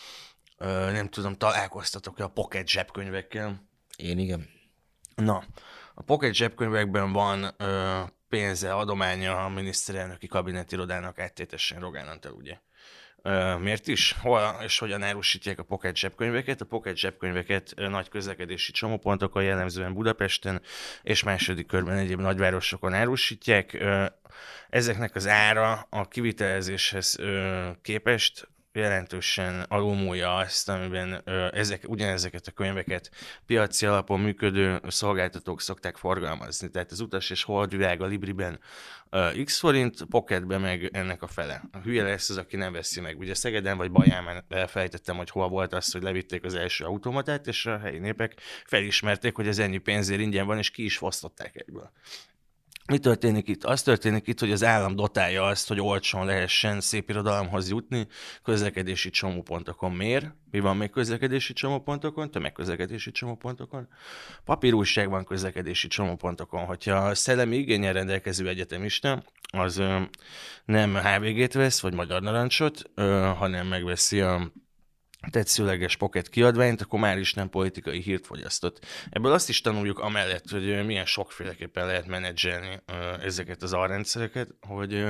uh, nem tudom, találkoztatok-e a pocket zsebkönyvekkel? Én igen. Na, a pocket zsebkönyvekben van ö, pénze, adománya a miniszterelnöki kabinetirodának áttétesen Rogán Antal, ugye. Ö, miért is? Hol és hogyan árusítják a pocket zsebkönyveket? A pocket zsebkönyveket ö, nagy közlekedési csomópontokon, jellemzően Budapesten és második körben egyéb nagyvárosokon árusítják. Ö, ezeknek az ára a kivitelezéshez ö, képest jelentősen alulmúlja azt, amiben ö, ezek, ugyanezeket a könyveket piaci alapon működő szolgáltatók szokták forgalmazni. Tehát az Utas és Holdvilág a Libriben ö, X forint, Pocketben meg ennek a fele. A hülye lesz az, aki nem veszi meg. Ugye Szegeden vagy Baján elfelejtettem, hogy hol volt az, hogy levitték az első automatát, és a helyi népek felismerték, hogy ez ennyi pénzért ingyen van, és ki is fosztották egyből. Mi történik itt? Az történik itt, hogy az állam dotálja azt, hogy olcsón lehessen szépirodalomhoz jutni közlekedési csomópontokon. Miért? Mi van még közlekedési csomópontokon? Tömegközlekedési csomópontokon? Papírújság van közlekedési csomópontokon. Hogyha a szellemi igénnyel rendelkező egyetemista, az ö, nem há vé gét vesz, vagy Magyar Narancsot, ö, hanem megveszi a tetszőleges pocket kiadványt, akkor már is nem politikai hírt fogyasztott. Ebből azt is tanuljuk amellett, hogy milyen sokféleképpen lehet menedzselni ezeket az alrendszereket, hogy,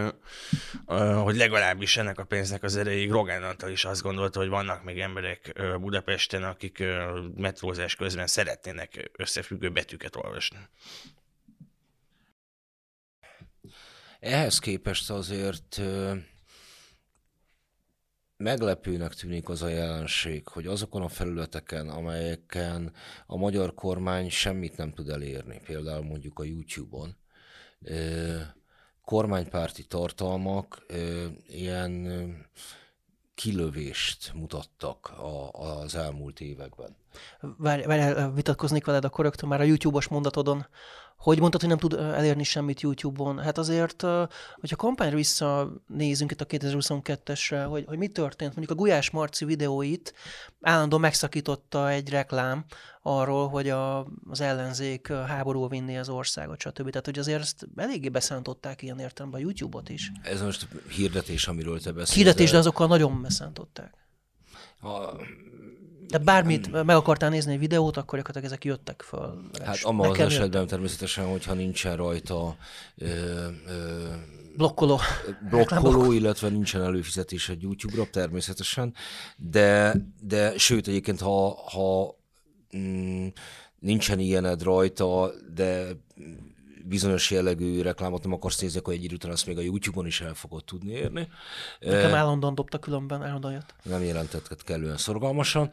hogy legalábbis ennek a pénznek az erejéig Rogán Antal is azt gondolta, hogy vannak még emberek Budapesten, akik metrózás közben szeretnének összefüggő betűket olvasni. Ehhez képest azért meglepőnek tűnik az a jelenség, hogy azokon a felületeken, amelyeken a magyar kormány semmit nem tud elérni, például mondjuk a YouTube-on, kormánypárti tartalmak ilyen kilövést mutattak a, az elmúlt években. Várj, várj, vitatkoznék veled akkor rögtön már a YouTube-os mondatodon, Hogy mondtad, hogy nem tud elérni semmit YouTube-on? Hát azért, hogyha kampányra visszanézünk itt a kétezer-huszonkettesre, hogy, hogy mi történt, mondjuk a Gulyás Marci videóit állandóan megszakította egy reklám arról, hogy a, az ellenzék háborúba vinné az országot, stb. Tehát, hogy azért ezt eléggé beszántották ilyen értelemben a YouTube-ot is. Ez most hirdetés, amiről te beszélsz. Hirdetés, de azokkal nagyon beszántották. A... Tehát bármit meg akartál nézni egy videót, akkor gyakorlatilag ezek jöttek föl. Hát abban az esetben jöttek. Természetesen, hogyha nincsen rajta ö, ö, blokkoló, blokkoló illetve nincsen előfizetés egy YouTube-ra, természetesen, de, de sőt egyébként, ha, ha mm, nincsen ilyened rajta, de bizonyos jellegű reklámot nem akarsz nézni, akkor egy idő után azt még a YouTube-on is el fogod tudni érni. Nekem állandóan dobta különben, állandóan jött. Nem jelentetted kellően szorgalmasan.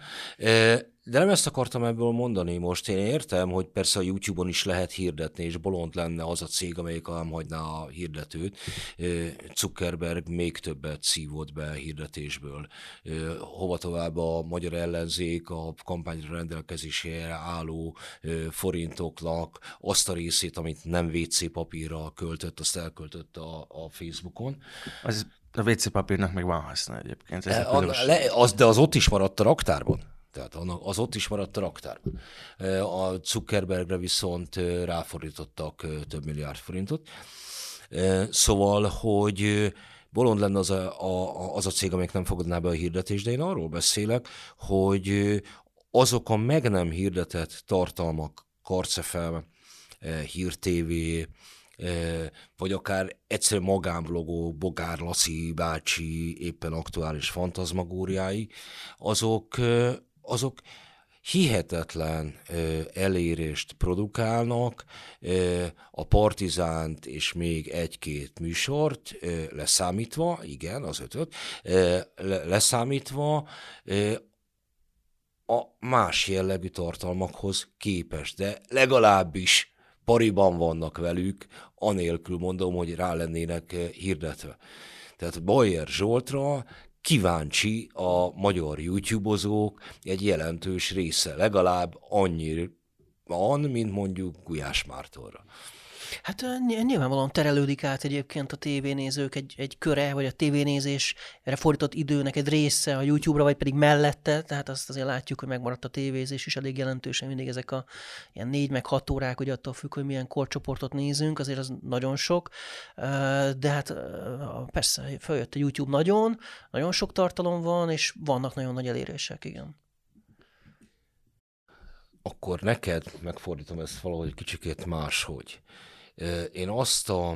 De nem ezt akartam ebből mondani most. Én értem, hogy persze a YouTube-on is lehet hirdetni, és bolond lenne az a cég, amelyik nem hagyná a hirdetőt. Zuckerberg még többet szívott be hirdetésből. Hova tovább a magyar ellenzék a kampányra rendelkezésére álló forintoknak azt a részét, amit nem vé cé papírra költött, azt elköltött a, a Facebookon. Az, a vé cé papírnak meg van haszna egyébként. Ez a, le, az, de az ott is maradt a raktárban. Tehát az ott is maradt a raktárban. A Zuckerbergre viszont ráfordítottak több milliárd forintot. Szóval, hogy bolond lenne az a, a, az a cég, amelyik nem fogadná be a hirdetést, de én arról beszélek, hogy azok a meg nem hirdetett tartalmak, Karc ef em, Hír té vé, vagy akár egyszerűen magánblogó, Bogár Laci bácsi éppen aktuális fantazmagóriái, azok, azok hihetetlen elérést produkálnak, a Partizánt és még egy-két műsort leszámítva, igen, az ötöt, leszámítva a más jellegű tartalmakhoz képest, de legalábbis pariban vannak velük, anélkül mondom, hogy rá lennének hirdetve. Tehát Bajer Zsoltra kíváncsi a magyar YouTube-ozók egy jelentős része, legalább annyi van, mint mondjuk Gulyás Mártonra. Hát nyilvánvalóan terelődik át egyébként a tévénézők egy, egy köre, vagy a tévénézésre fordított időnek egy része a YouTube-ra, vagy pedig mellette, tehát azt azért látjuk, hogy megmaradt a tévézés is elég jelentősen, mindig ezek a ilyen négy meg hat órák, hogy attól függ, hogy milyen korcsoportot nézünk, azért az nagyon sok, de hát persze, följött a YouTube nagyon, nagyon sok tartalom van, és vannak nagyon nagy elérések, igen. Akkor neked megfordítom ezt valahogy kicsikét máshogy. Én azt a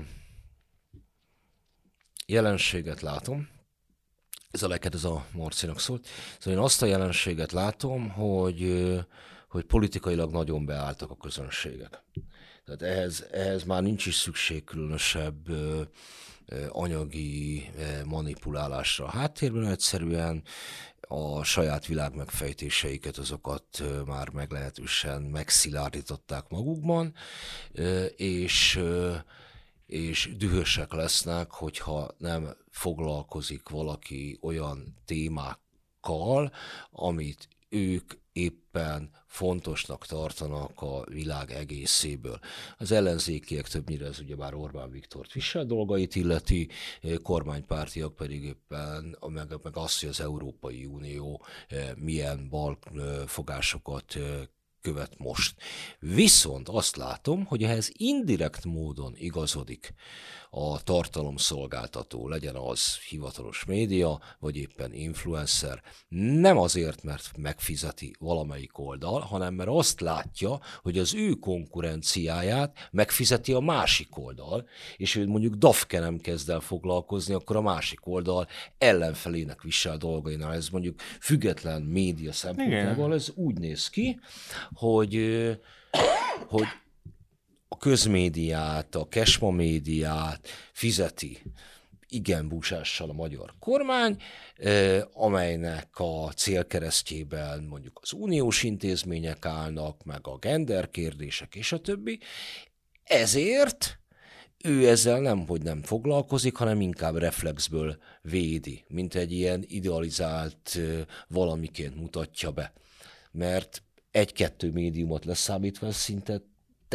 jelenséget látom, ez a leked, ez a Marcinak szólt, szóval én azt a jelenséget látom, hogy, hogy politikailag nagyon beálltak a közönségek. Tehát ehhez, ehhez már nincs is szükség különösebb anyagi manipulálásra. A háttérben egyszerűen a saját világ megfejtéseiket, azokat már meglehetősen megszilárdították magukban, és, és dühösek lesznek, hogyha nem foglalkozik valaki olyan témákkal, amit ők éppen fontosnak tartanak a világ egészéből. Az ellenzékiek többnyire ez ugyebár Orbán Viktort visel dolgait illeti, kormánypártiak pedig éppen meg, meg azt, hogy az Európai Unió milyen balfogásokat követ most. Viszont azt látom, hogy ehhez indirekt módon igazodik a tartalomszolgáltató, legyen az hivatalos média, vagy éppen influencer, nem azért, mert megfizeti valamelyik oldal, hanem mert azt látja, hogy az ő konkurenciáját megfizeti a másik oldal, és ő mondjuk Dafke nem kezd el foglalkozni, akkor a másik oldal ellenfelének visel dolgainál. Ez mondjuk független média szempontjából, ez úgy néz ki, hogy, hogy a közmédiát, a Kesma médiát fizeti igen búsással a magyar kormány, amelynek a célkeresztjében mondjuk az uniós intézmények állnak, meg a gender kérdések és a többi. Ezért ő ezzel nem, hogy nem foglalkozik, hanem inkább reflexből védi, mint egy ilyen idealizált valamiként mutatja be. Mert egy-kettő médiumot leszámítva szinte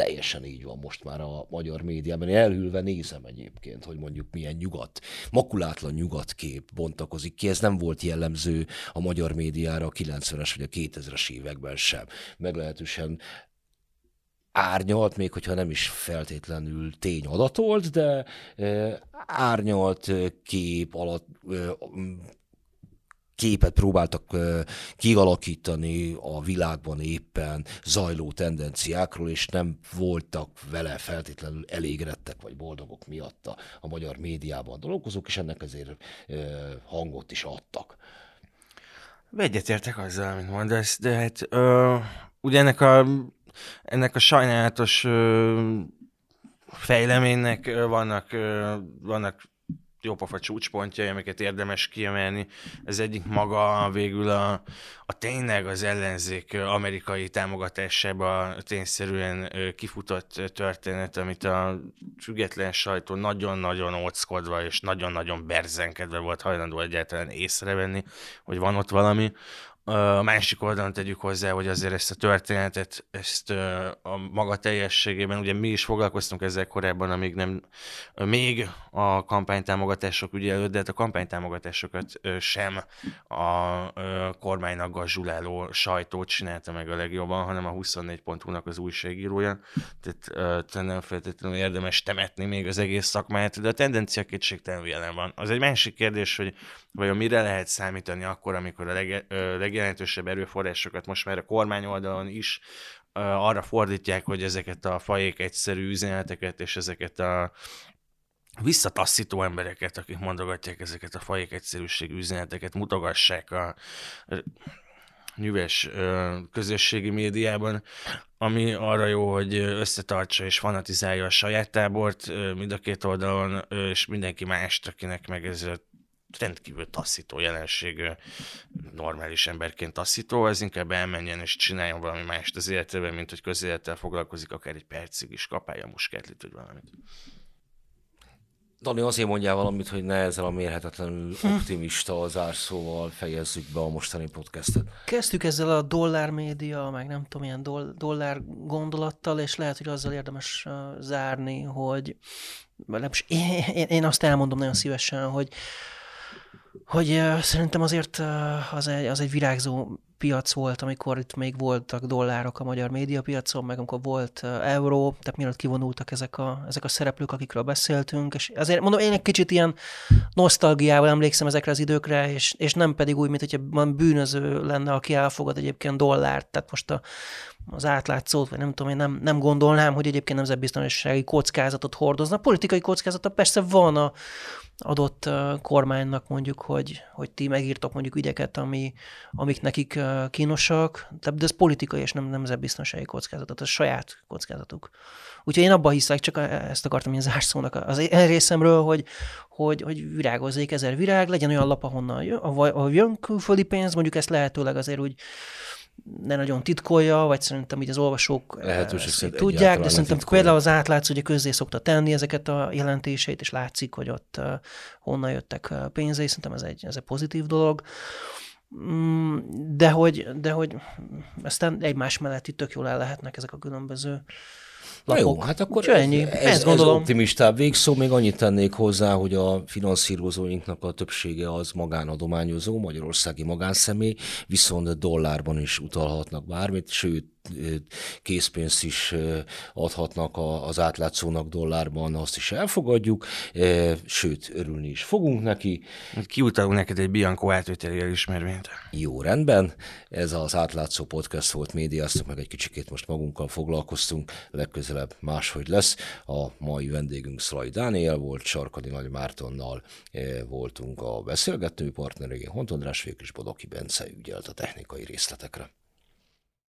teljesen így van most már a magyar médiában. Én elhűlve nézem egyébként, hogy mondjuk milyen nyugat, makulátlan nyugatkép bontakozik ki. Ez nem volt jellemző a magyar médiára a kilencvenes vagy a kétezres években sem. Meglehetősen árnyalt, még hogyha nem is feltétlenül tényadatolt, de árnyalt kép alatt képet próbáltak kialakítani a világban éppen zajló tendenciákról, és nem voltak vele feltétlenül elégedettek vagy boldogok miatta a magyar médiában dolgozók, és ennek azért hangot is adtak. Egyetértek azzal, amit mondasz, de hát ö, ugye ennek a, ennek a sajnálatos ö, fejleménynek ö, vannak, ö, vannak jópofa csúcspontjai, amiket érdemes kiemelni. Ez egyik maga végül a, a tényleg az ellenzék amerikai támogatásába tényszerűen kifutott történet, amit a független sajtó nagyon-nagyon óckodva és nagyon-nagyon berzenkedve volt hajlandó egyáltalán észrevenni, hogy van ott valami. A másik oldalon tegyük hozzá, hogy azért ezt a történetet, ezt a maga teljességében, ugye mi is foglalkoztunk ezzel korábban, amíg nem, még a kampánytámogatások ügye előtt, de hát a kampánytámogatásokat sem a kormánynak gazsuláló sajtót csinálta meg a legjobban, hanem a huszonnégy pont hu-nak az újságírója. Tehát nem feltétlenül érdemes temetni még az egész szakmát, de a tendencia kétségtelenül jelen van. Az egy másik kérdés, hogy vajon mire lehet számítani akkor, amikor a leg, legjelentősebb erőforrásokat most már a kormány oldalon is uh, arra fordítják, hogy ezeket a fajék egyszerű üzeneteket és ezeket a visszataszító embereket, akik mondogatják ezeket a fajék egyszerűségű üzeneteket, mutogassák a nyüves uh, közösségi médiában, ami arra jó, hogy összetartsa és fanatizálja a saját tábort uh, mind a két oldalon, uh, és mindenki mást, akinek meg ez rendkívül taszító jelenség, normális emberként taszító, ez inkább elmenjen és csináljon valami mást az életében, mint hogy közélettel foglalkozik, akár egy percig is kapálja a muskátlit, vagy valamit. Dani, azért mondjál valamit, hogy ne ezzel a mérhetetlenül optimista zárszóval fejezzük be a mostani podcastet. Kezdtük ezzel a dollármédia, meg nem tudom, ilyen doll- dollár gondolattal, és lehet, hogy azzal érdemes uh, zárni, hogy én, én, én azt elmondom nagyon szívesen, hogy hogy uh, szerintem azért uh, az, egy, az egy virágzó piac volt, amikor itt még voltak dollárok a magyar médiapiacon, meg amikor volt uh, euró, tehát mielőtt kivonultak ezek a, ezek a szereplők, akikről beszéltünk, és azért mondom, én egy kicsit ilyen nosztalgiával emlékszem ezekre az időkre, és, és nem pedig úgy, mint hogyha bűnöző lenne, aki elfogad egyébként dollárt, tehát most a, az átlátszót, vagy nem tudom, én nem, nem gondolnám, hogy egyébként nemzetbiztonsági kockázatot hordozna. Politikai kockázata persze van a adott uh, kormánynak, mondjuk, hogy, hogy ti megírtok mondjuk ügyeket, ami, amik nekik uh, kínosak, de ez politikai és nem nemzetbiztonsági kockázatot, ez saját kockázatuk. Úgyhogy én abban hiszek, csak ezt akartam ilyen zárszónak az én részemről, hogy, hogy, hogy virágozzék ezer virág, legyen olyan lap, ahonnan jön, ahol jön külföldi pénz, mondjuk ezt lehetőleg azért úgy ne nagyon titkolja, vagy szerintem így az olvasók tudják, de szerintem például az átlátszó ugye közzé szokta tenni ezeket a jelentéseit, és látszik, hogy ott uh, honnan jöttek uh, pénzei, szerintem ez egy, ez egy pozitív dolog. Mm, de hogy, de hogy aztán egymás mellett itt tök jól el lehetnek ezek a különböző lapok. Jó, hát akkor ennyi. ez, ez, ez optimistább végszó. Még annyit tennék hozzá, hogy a finanszírozóinknak a többsége az magánadományozó, magyarországi magánszemély, viszont dollárban is utalhatnak bármit, sőt, készpénzt is adhatnak az átlátszónak dollárban, azt is elfogadjuk, sőt, örülni is fogunk neki. Kiutalunk neked egy Bianco átvételi elismervényt. Jó, rendben. Ez az átlátszó podcast volt, médiáztuk meg egy kicsikét, most magunkkal foglalkoztunk, legközelebb máshogy lesz. A mai vendégünk Szalai Dániel volt, Sarkadi Nagy Mártonnal voltunk a beszélgető partnerei, Hont András, végül is Bodoki Bence ügyelt a technikai részletekre.